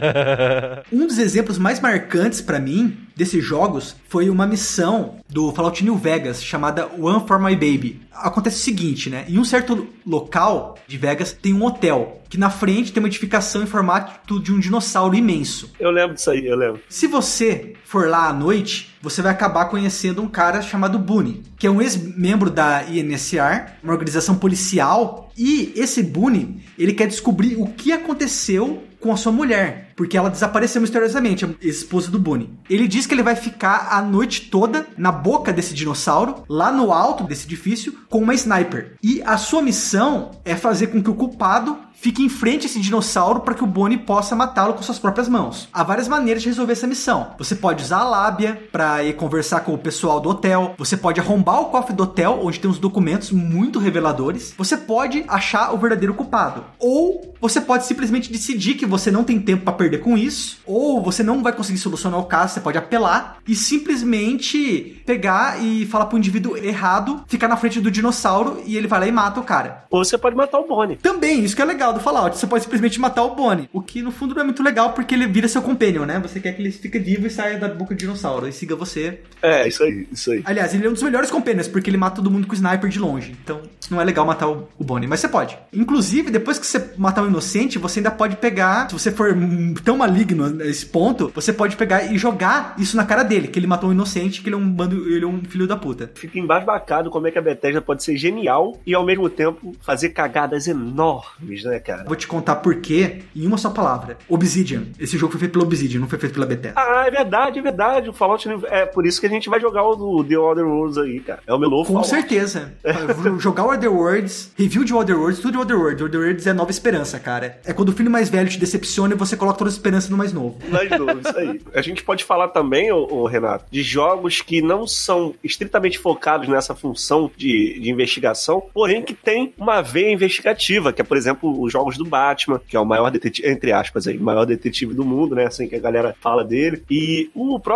Um dos exemplos mais marcantes pra mim desses jogos foi uma missão do Fallout New Vegas chamada One for My Baby. Acontece o seguinte, né? Em um certo local de Vegas tem um hotel, que na frente tem uma edificação em formato de um dinossauro imenso. Eu lembro disso aí, eu lembro. Se você for lá à noite, você vai acabar conhecendo um cara chamado Boone, que é um ex-membro da INSR, uma organização policial, e esse Boone, ele quer descobrir o que aconteceu com a sua mulher, porque ela desapareceu misteriosamente, a esposa do Boone. Ele diz que ele vai ficar a noite toda na boca desse dinossauro, lá no alto desse edifício, com uma sniper. E a sua missão é fazer com que o culpado fique em frente a esse dinossauro para que o Boone possa matá-lo com suas próprias mãos. Há várias maneiras de resolver essa missão. Você pode usar a lábia para ir conversar com o pessoal do hotel. Você pode arrombar o cofre do hotel, onde tem uns documentos muito reveladores. Você pode achar o verdadeiro culpado. Ou você pode simplesmente decidir que você não tem tempo para perder com isso. Ou você não vai conseguir solucionar o caso. Você pode apelar e simplesmente pegar e falar pro indivíduo errado, ficar na frente do dinossauro e ele vai lá e mata o cara. Ou você pode matar o Boone. Também, isso que é legal do Fallout. Você pode simplesmente matar o Boone. O que no fundo não é muito legal porque ele vira seu companion, né? Você quer que ele fique vivo e saia da boca do dinossauro e siga você. É, isso aí. Aliás, ele é um dos melhores companions porque ele mata todo mundo com o sniper de longe. Então, não é legal matar o Boone, mas você pode. Inclusive, depois que você matar um inocente, você ainda pode pegar, se você for tão maligno nesse ponto, você pode pegar e jogar isso na cara dele, que ele matou um inocente, que ele é um filho da puta. Fico embasbacado como é que a Bethesda pode ser genial e ao mesmo tempo fazer cagadas enormes, né, cara? Vou te contar por quê em uma só palavra. Obsidian. Esse jogo foi feito pela Obsidian, não foi feito pela Bethesda. Ah, é verdade. O Fallout é por isso que a gente vai jogar o do The Other Worlds aí, cara. É o meu novo Com Fallout. certeza. Eu vou jogar o Other Worlds, review de Other Worlds, tudo de Other Worlds. Other Worlds é nova esperança, cara. É quando o filho mais velho te decepciona e você coloca toda a esperança no mais novo. Mais novo, isso aí. A gente pode falar também, ô Renato, de jogos que não são estritamente focados nessa função de investigação, porém que tem uma veia investigativa, que é, por exemplo, os jogos do Batman, que é o maior detetive, entre aspas aí, o maior detetive do mundo, né, assim que a galera fala dele. E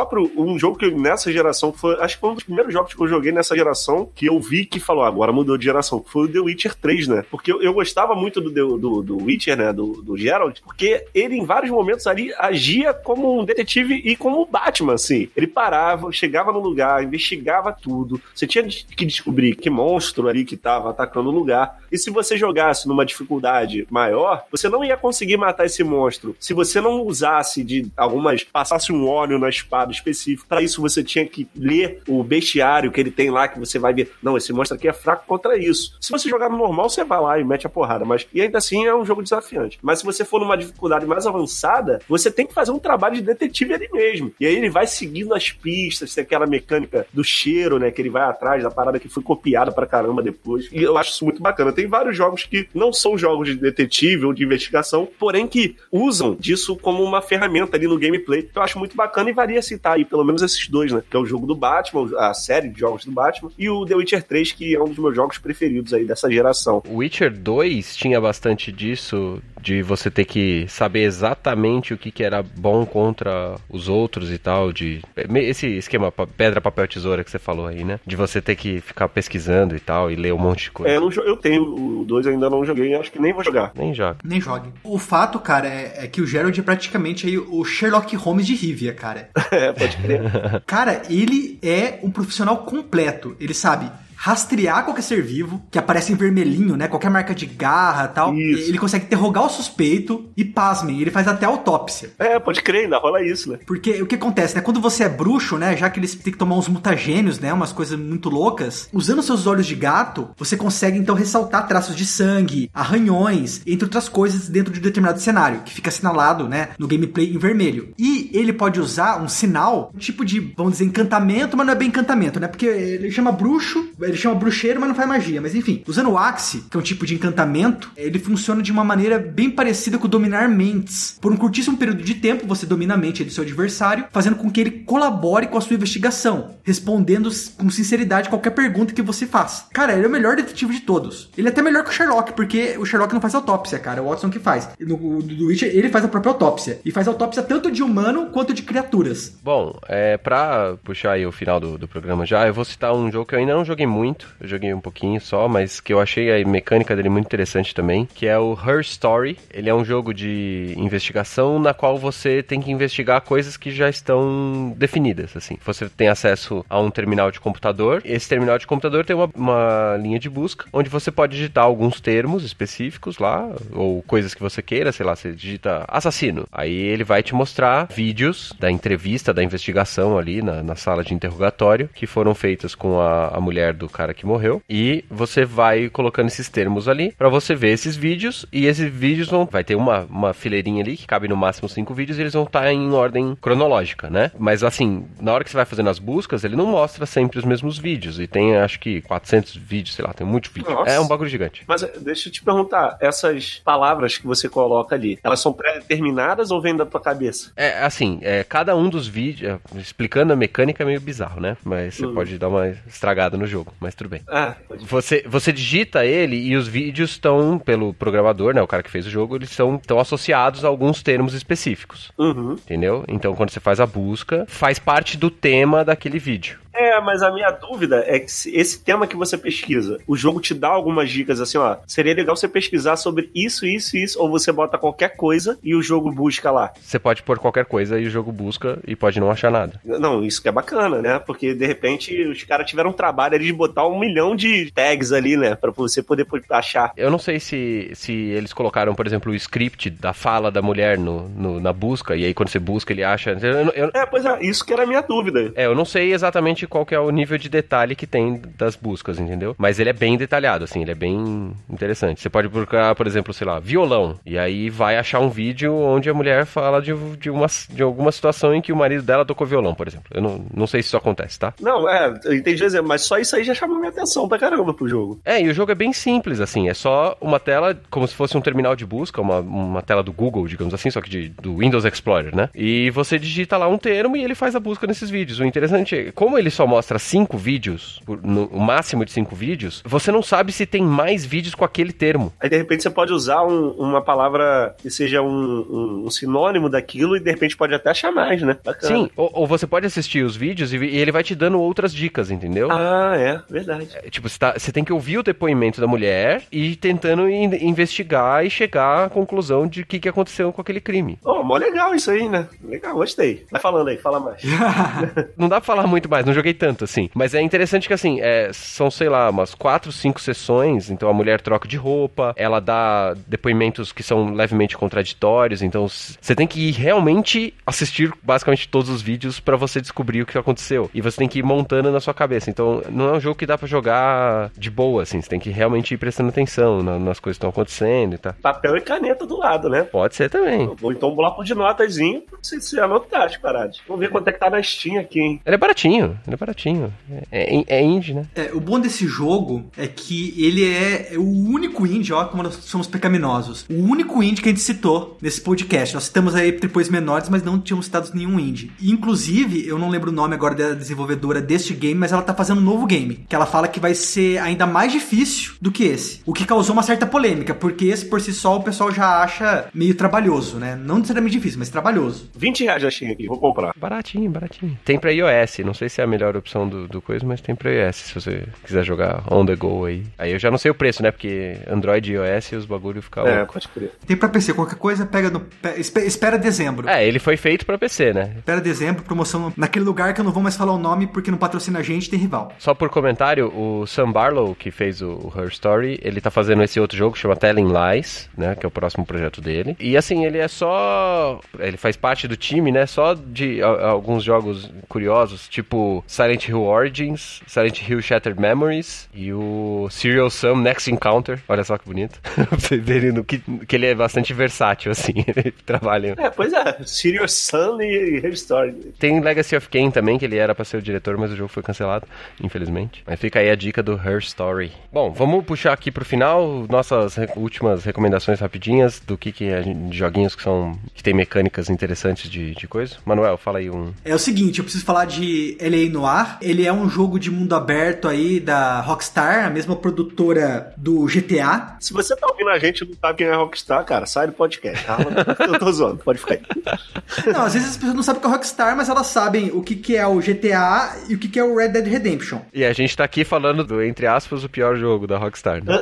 um jogo que nessa geração acho que foi um dos primeiros jogos que eu joguei nessa geração, que eu vi que falou, agora mudou de geração, foi o The Witcher 3, né? Porque eu gostava muito do Witcher, né, do Geralt, porque ele em vários momentos ali agia como um detetive e como um Batman, assim. Ele parava, chegava no lugar, investigava tudo. Você tinha que descobrir que monstro ali que tava atacando o lugar. E se você jogasse numa dificuldade maior, você não ia conseguir matar esse monstro. Se você não usasse passasse um óleo na espada específico, para isso você tinha que ler o bestiário que ele tem lá, que você vai ver, não, esse monstro aqui é fraco contra isso. Se você jogar no normal, você vai lá e mete a porrada, e ainda assim é um jogo desafiante. Mas se você for numa dificuldade mais avançada, você tem que fazer um trabalho de detetive ali mesmo. E aí ele vai seguindo as pistas, tem aquela mecânica do cheiro, né, que ele vai atrás da parada que foi copiada pra caramba depois. E eu acho isso muito bacana. Tem vários jogos que não são jogos de detetive ou de investigação, porém que usam disso como uma ferramenta ali no gameplay, que eu acho muito bacana e varia citar aí pelo menos esses dois, né, que é o jogo do Batman, a série de jogos do Batman, e o The Witcher 3, que é um dos meus jogos preferidos aí dessa geração. O Witcher 2 tinha bastante disso, de você ter que saber exatamente o que era bom contra os outros e tal, esse esquema pedra, papel, tesoura que você falou aí, né? De você ter que ficar pesquisando e tal, e ler um monte de coisa. Eu tenho o 2, ainda não joguei, acho que nem vou jogar. Nem jogue. O fato, cara, é que o Geralt é praticamente aí o Sherlock Holmes de Rivia, cara. Pode crer. Cara, ele é um profissional completo. Ele sabe rastrear qualquer ser vivo, que aparece em vermelhinho, né? Qualquer marca de garra e tal. Isso. Ele consegue interrogar o suspeito e, pasmem, ele faz até autópsia. Pode crer, ainda rola isso, né? Porque o que acontece, né? Quando você é bruxo, né? Já que eles têm que tomar uns mutagênios, né? Umas coisas muito loucas. Usando seus olhos de gato, você consegue, então, ressaltar traços de sangue, arranhões, entre outras coisas dentro de um determinado cenário, que fica assinalado, né? No gameplay em vermelho. E ele pode usar um sinal, um tipo de, vamos dizer, encantamento, mas não é bem encantamento, né? Porque ele chama bruxo, ele chama bruxeiro, mas não faz magia. Mas enfim, usando o Axe, que é um tipo de encantamento, ele funciona de uma maneira bem parecida com dominar mentes. Por um curtíssimo período de tempo, você domina a mente do seu adversário, fazendo com que ele colabore com a sua investigação, respondendo com sinceridade qualquer pergunta que você faça. Cara, ele é o melhor detetive de todos. Ele é até melhor que o Sherlock, porque o Sherlock não faz autópsia, cara. É o Watson que faz. No do Witcher, ele faz a própria autópsia. E faz autópsia tanto de humano quanto de criaturas. Bom, pra puxar aí o final do programa já, eu vou citar um jogo que eu ainda não joguei muito. Eu joguei um pouquinho só, mas que eu achei a mecânica dele muito interessante também, que é o Her Story. Ele é um jogo de investigação na qual você tem que investigar coisas que já estão definidas, assim. Você tem acesso a um terminal de computador. Esse terminal de computador tem uma linha de busca, onde você pode digitar alguns termos específicos lá, ou coisas que você queira, sei lá, você digita assassino. Aí ele vai te mostrar vídeos da entrevista, da investigação ali na sala de interrogatório, que foram feitas com a mulher do cara que morreu, e você vai colocando esses termos ali pra você ver esses vídeos, e esses vídeos vai ter uma fileirinha ali que cabe no máximo 5 vídeos, e eles vão estar em ordem cronológica, né? Mas assim, na hora que você vai fazendo as buscas, ele não mostra sempre os mesmos vídeos, e tem acho que 400 vídeos, sei lá, tem muito vídeo. Nossa. É um bagulho gigante. Mas deixa eu te perguntar, essas palavras que você coloca ali, elas são pré-determinadas ou vêm da tua cabeça? Assim, cada um dos vídeos, explicando a mecânica é meio bizarro, né? Mas você pode dar uma estragada no jogo, mas tudo bem. Você digita ele e os vídeos estão, pelo programador, né, o cara que fez o jogo, eles estão associados a alguns termos específicos. Entendeu? Então, quando você faz a busca, faz parte do tema daquele vídeo. Mas a minha dúvida é que esse tema que você pesquisa, o jogo te dá algumas dicas assim, ó, seria legal você pesquisar sobre isso, ou você bota qualquer coisa e o jogo busca lá. Você pode pôr qualquer coisa e o jogo busca e pode não achar nada. Não, isso que é bacana, né? Porque, de repente, os caras tiveram um trabalho ali de botar 1 milhão de tags ali, né? Pra você poder achar. Eu não sei se eles colocaram, por exemplo, o script da fala da mulher na busca, e aí quando você busca ele acha... Pois é, isso que era a minha dúvida. Eu não sei exatamente qual que é o nível de detalhe que tem das buscas, entendeu? Mas ele é bem detalhado, assim, ele é bem interessante. Você pode procurar, por exemplo, sei lá, violão, e aí vai achar um vídeo onde a mulher fala de alguma situação em que o marido dela tocou violão, por exemplo. Eu não sei se isso acontece, tá? Não, eu entendi, mas só isso aí já chamou minha atenção pra caramba pro jogo. E o jogo é bem simples, assim, é só uma tela, como se fosse um terminal de busca, uma tela do Google, digamos assim, só que do Windows Explorer, né? E você digita lá um termo e ele faz a busca nesses vídeos. O interessante é, como ele só mostra 5 vídeos, o máximo de 5 vídeos, você não sabe se tem mais vídeos com aquele termo. Aí, de repente, você pode usar uma palavra que seja um sinônimo daquilo e, de repente, pode até achar mais, né? Bacana. Sim, ou você pode assistir os vídeos e ele vai te dando outras dicas, entendeu? Verdade. Tipo, você tem que ouvir o depoimento da mulher e ir tentando investigar e chegar à conclusão de o que aconteceu com aquele crime. Mó legal isso aí, né? Legal, gostei. Vai falando aí, fala mais. Não dá pra falar muito mais, não joguei tanto, assim. Mas é interessante que, assim, são, sei lá, umas 4, 5 sessões, então a mulher troca de roupa, ela dá depoimentos que são levemente contraditórios, então você tem que realmente assistir basicamente todos os vídeos pra você descobrir o que aconteceu. E você tem que ir montando na sua cabeça. Então, não é um jogo que dá pra jogar de boa, assim, você tem que realmente ir prestando atenção nas coisas que estão acontecendo e tal. Papel e caneta do lado, né? Pode ser também. Ou então um bloco de notazinho pra você anotar as paradas. Vamos ver quanto é que tá na Steam aqui, hein? Ele é baratinho. É indie, né? O bom desse jogo é que ele é o único indie, ó, como nós somos pecaminosos. O único indie que a gente citou nesse podcast. Nós citamos aí depois menores, mas não tínhamos citado nenhum indie. E, inclusive, eu não lembro o nome agora da desenvolvedora deste game, mas ela tá fazendo um novo game, que ela fala que vai ser ainda mais difícil do que esse. O que causou uma certa polêmica, porque esse por si só o pessoal já acha meio trabalhoso, né? Não necessariamente difícil, mas trabalhoso. R$20 já achei aqui, vou comprar. Baratinho. Tem pra iOS, não sei se é a melhor opção do coisa, mas tem pra iOS, se você quiser jogar on the go aí. Aí eu já não sei o preço, né? Porque Android e iOS os bagulho ficam... Pode crer. Tem pra PC, qualquer coisa pega no... Espera dezembro. Ele foi feito pra PC, né? Espera dezembro, promoção naquele lugar que eu não vou mais falar o nome porque não patrocina a gente, tem rival. Só por comentário, o Sam Barlow, que fez o Her Story, ele tá fazendo esse outro jogo que chama Telling Lies, né? Que é o próximo projeto dele. E assim, ele é só... Ele faz parte do time, né? Só de alguns jogos curiosos, tipo Silent Hill Origins, Silent Hill Shattered Memories e o Serial Sam Next Encounter. Olha só que bonito. Pra vocês verem que ele é bastante versátil, assim. Ele trabalha... Pois é. Serial Sam e Her Story. Tem Legacy of Kain também, que ele era pra ser o diretor, mas o jogo foi cancelado, infelizmente. Mas fica aí a dica do Her Story. Bom, vamos puxar aqui pro final nossas últimas recomendações rapidinhas do que é de joguinhos que tem mecânicas interessantes de coisa. Manuel, fala aí um... É o seguinte, eu preciso falar de L.A. Noire. Ele é um jogo de mundo aberto aí da Rockstar, a mesma produtora do GTA. Se você tá ouvindo a gente e não sabe quem é Rockstar, cara, sai do podcast. Eu tô zoando, pode ficar aí. Não, às vezes as pessoas não sabem o que é Rockstar, mas elas sabem o que é o GTA e o que é o Red Dead Redemption. E a gente tá aqui falando do, entre aspas, o pior jogo da Rockstar, né?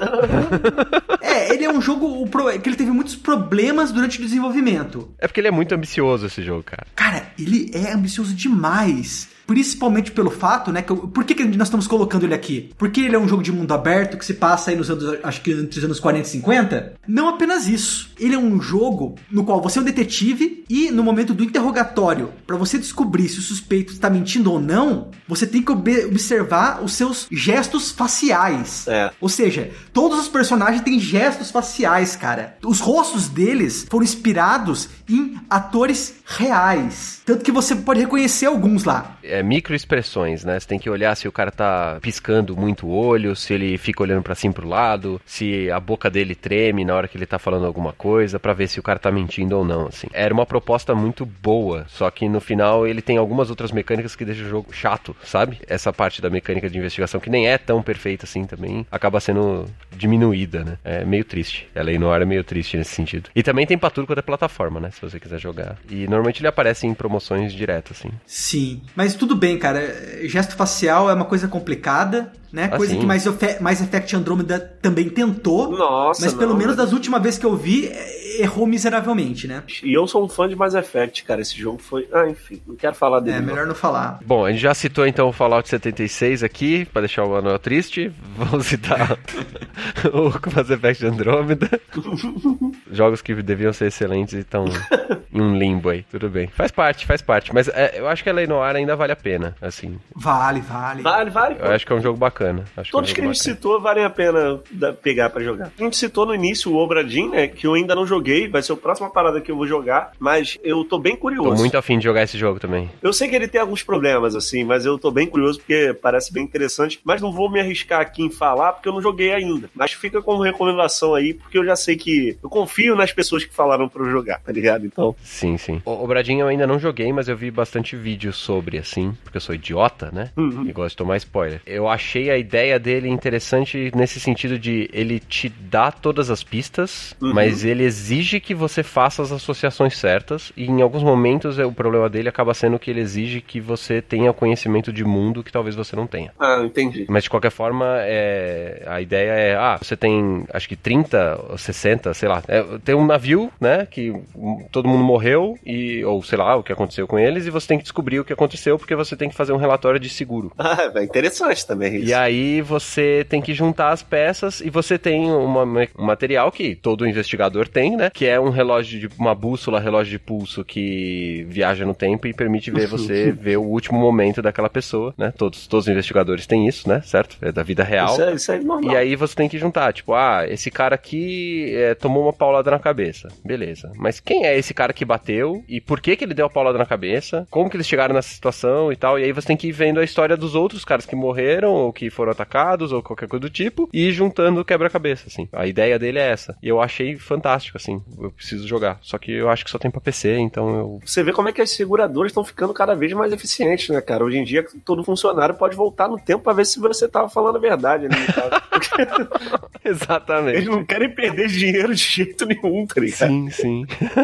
Ele é um jogo que ele teve muitos problemas durante o desenvolvimento. É porque ele é muito ambicioso, esse jogo, cara. Cara, ele é ambicioso demais. Principalmente pelo fato, né, por que nós estamos colocando ele aqui? Porque ele é um jogo de mundo aberto que se passa aí nos anos, acho que entre os anos 40 e 50? Não apenas isso. Ele é um jogo no qual você é um detetive e no momento do interrogatório, para você descobrir se o suspeito está mentindo ou não, você tem que observar os seus gestos faciais. Ou seja, todos os personagens têm gestos faciais, cara. Os rostos deles foram inspirados em atores reais. Tanto que você pode reconhecer alguns lá. Microexpressões, né? Você tem que olhar se o cara tá piscando muito o olho, se ele fica olhando pra cima e pro lado, se a boca dele treme na hora que ele tá falando alguma coisa, pra ver se o cara tá mentindo ou não, assim. Era uma proposta muito boa, só que no final ele tem algumas outras mecânicas que deixam o jogo chato, sabe? Essa parte da mecânica de investigação, que nem é tão perfeita assim também, acaba sendo diminuída, né? É meio triste. L.A. Noire é meio triste nesse sentido. E também tem pra tudo quanto é plataforma, né? Se você quiser jogar. E normalmente ele aparece em promoções direto, assim. Sim, mas tudo bem, cara. Gesto facial é uma coisa complicada, né? Coisa sim. que Mass Effect Andromeda também tentou. Nossa, mas pelo menos das últimas vezes que eu vi, errou miseravelmente, né? E eu sou um fã de Mass Effect, cara. Esse jogo foi... enfim, não quero falar dele. Melhor não falar. Bom, a gente já citou então o Fallout 76 aqui, pra deixar o Manuel triste. Vamos citar o Mass Effect Andromeda. Jogos que deviam ser excelentes e estão em um limbo aí. Tudo bem. Faz parte. Mas eu acho que a L.A. Noire ainda vale a pena, assim. Vale. Eu acho que é um jogo bacana. Todos que a gente citou valem a pena pegar pra jogar. A gente citou no início o Obra Dinn, né, que eu ainda não joguei, vai ser a próxima parada que eu vou jogar, mas eu tô bem curioso. Tô muito afim de jogar esse jogo também. Eu sei que ele tem alguns problemas, assim, mas eu tô bem curioso porque parece bem interessante, mas não vou me arriscar aqui em falar porque eu não joguei ainda. Mas fica como recomendação aí, porque eu já sei que eu confio nas pessoas que falaram pra eu jogar, tá ligado? Então... Sim. O Obra Dinn eu ainda não joguei, mas eu vi bastante vídeo sobre, assim, porque eu sou idiota, né? E gosto de tomar spoiler. Eu achei a ideia dele interessante nesse sentido de ele te dá todas as pistas, mas ele exige que você faça as associações certas, e em alguns momentos o problema dele acaba sendo que ele exige que você tenha conhecimento de mundo que talvez você não tenha. Entendi. Mas de qualquer forma, a ideia é, você tem acho que 30 ou 60, sei lá, tem um navio, né, que todo mundo morreu, ou sei lá, o que aconteceu com eles, e você tem que descobrir o que aconteceu porque você tem que fazer um relatório de seguro. É interessante também isso. E aí você tem que juntar as peças e você tem um material que todo investigador tem, né? Que é um relógio uma bússola, relógio de pulso que viaja no tempo e permite você ver o último momento daquela pessoa, né? Todos os investigadores têm isso, né? Certo? É da vida real. Isso é normal. E aí você tem que juntar, tipo, esse cara aqui tomou uma paulada na cabeça. Beleza. Mas quem é esse cara que bateu? E por que ele deu a paulada na cabeça? Como que eles chegaram nessa situação e tal? E aí você tem que ir vendo a história dos outros caras que morreram ou que que foram atacados ou qualquer coisa do tipo e ir juntando quebra-cabeça, assim. A ideia dele é essa. E eu achei fantástico, assim. Eu preciso jogar. Só que eu acho que só tem pra PC, então eu... Você vê como é que as seguradoras estão ficando cada vez mais eficientes, né, cara? Hoje em dia, todo funcionário pode voltar no tempo pra ver se você tava falando a verdade, né? Exatamente. Eles não querem perder dinheiro de jeito nenhum, tá ligado? Sim, sim.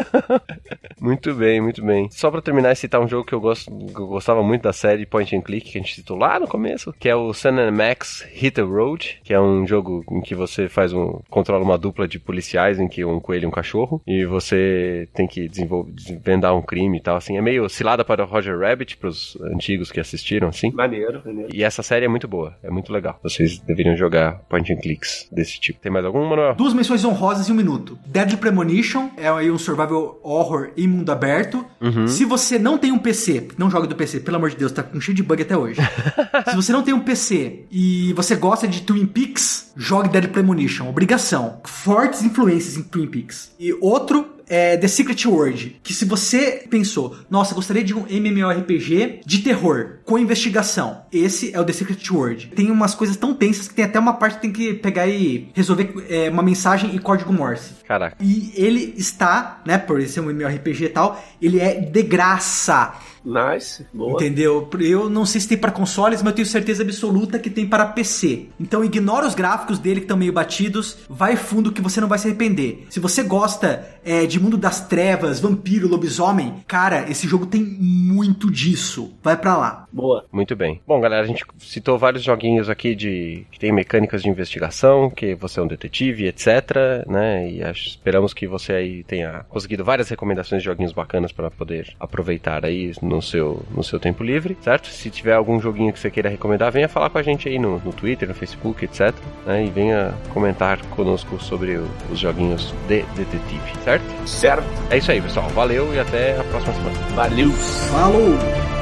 Muito bem, muito bem. Só pra terminar, citar um jogo que eu gostava muito da série Point and Click, que a gente citou lá no começo, que é o Sam & Max Hit the Road, que é um jogo em que você controla uma dupla de policiais, em que um coelho e um cachorro, e você tem que desvendar um crime e tal, assim. É meio cilada para o Roger Rabbit, pros antigos que assistiram, assim. Maneiro. E essa série é muito boa, é muito legal. Vocês deveriam jogar Point and Clicks desse tipo. Tem mais algum, Manuel? 2 menções honrosas em 1 minuto. Deadly Premonition é aí um survival horror em mundo aberto. Se você não tem um PC, não joga do PC, pelo amor de Deus, tá com cheio de bug até hoje. Se você não tem um PC e você gosta de Twin Peaks, jogue Deadly Premonition. Obrigação. Fortes influências em Twin Peaks. E outro é The Secret World, que se você pensou, nossa, gostaria de um MMORPG de terror com investigação, esse é o The Secret World. Tem umas coisas tão tensas que tem até uma parte que tem que pegar e resolver uma mensagem em código Morse. Caraca. E ele está, né, por ser um MMORPG e tal, ele é de graça. Nice, boa. Entendeu? Eu não sei se tem para consoles, mas eu tenho certeza absoluta que tem para PC. Então ignora os gráficos dele que estão meio batidos, vai fundo que você não vai se arrepender. Se você gosta de mundo das trevas, vampiro, lobisomem, cara, esse jogo tem muito disso. Vai pra lá. Boa. Muito bem. Bom, galera, a gente citou vários joguinhos aqui que tem mecânicas de investigação, que você é um detetive, etc, né? E esperamos que você aí tenha conseguido várias recomendações de joguinhos bacanas para poder aproveitar aí no seu tempo livre, certo? Se tiver algum joguinho que você queira recomendar, venha falar com a gente aí no Twitter, no Facebook, etc, né? E venha comentar conosco sobre os joguinhos de detetive, certo? Certo. É isso aí, pessoal. Valeu e até a próxima semana. Valeu. Falou!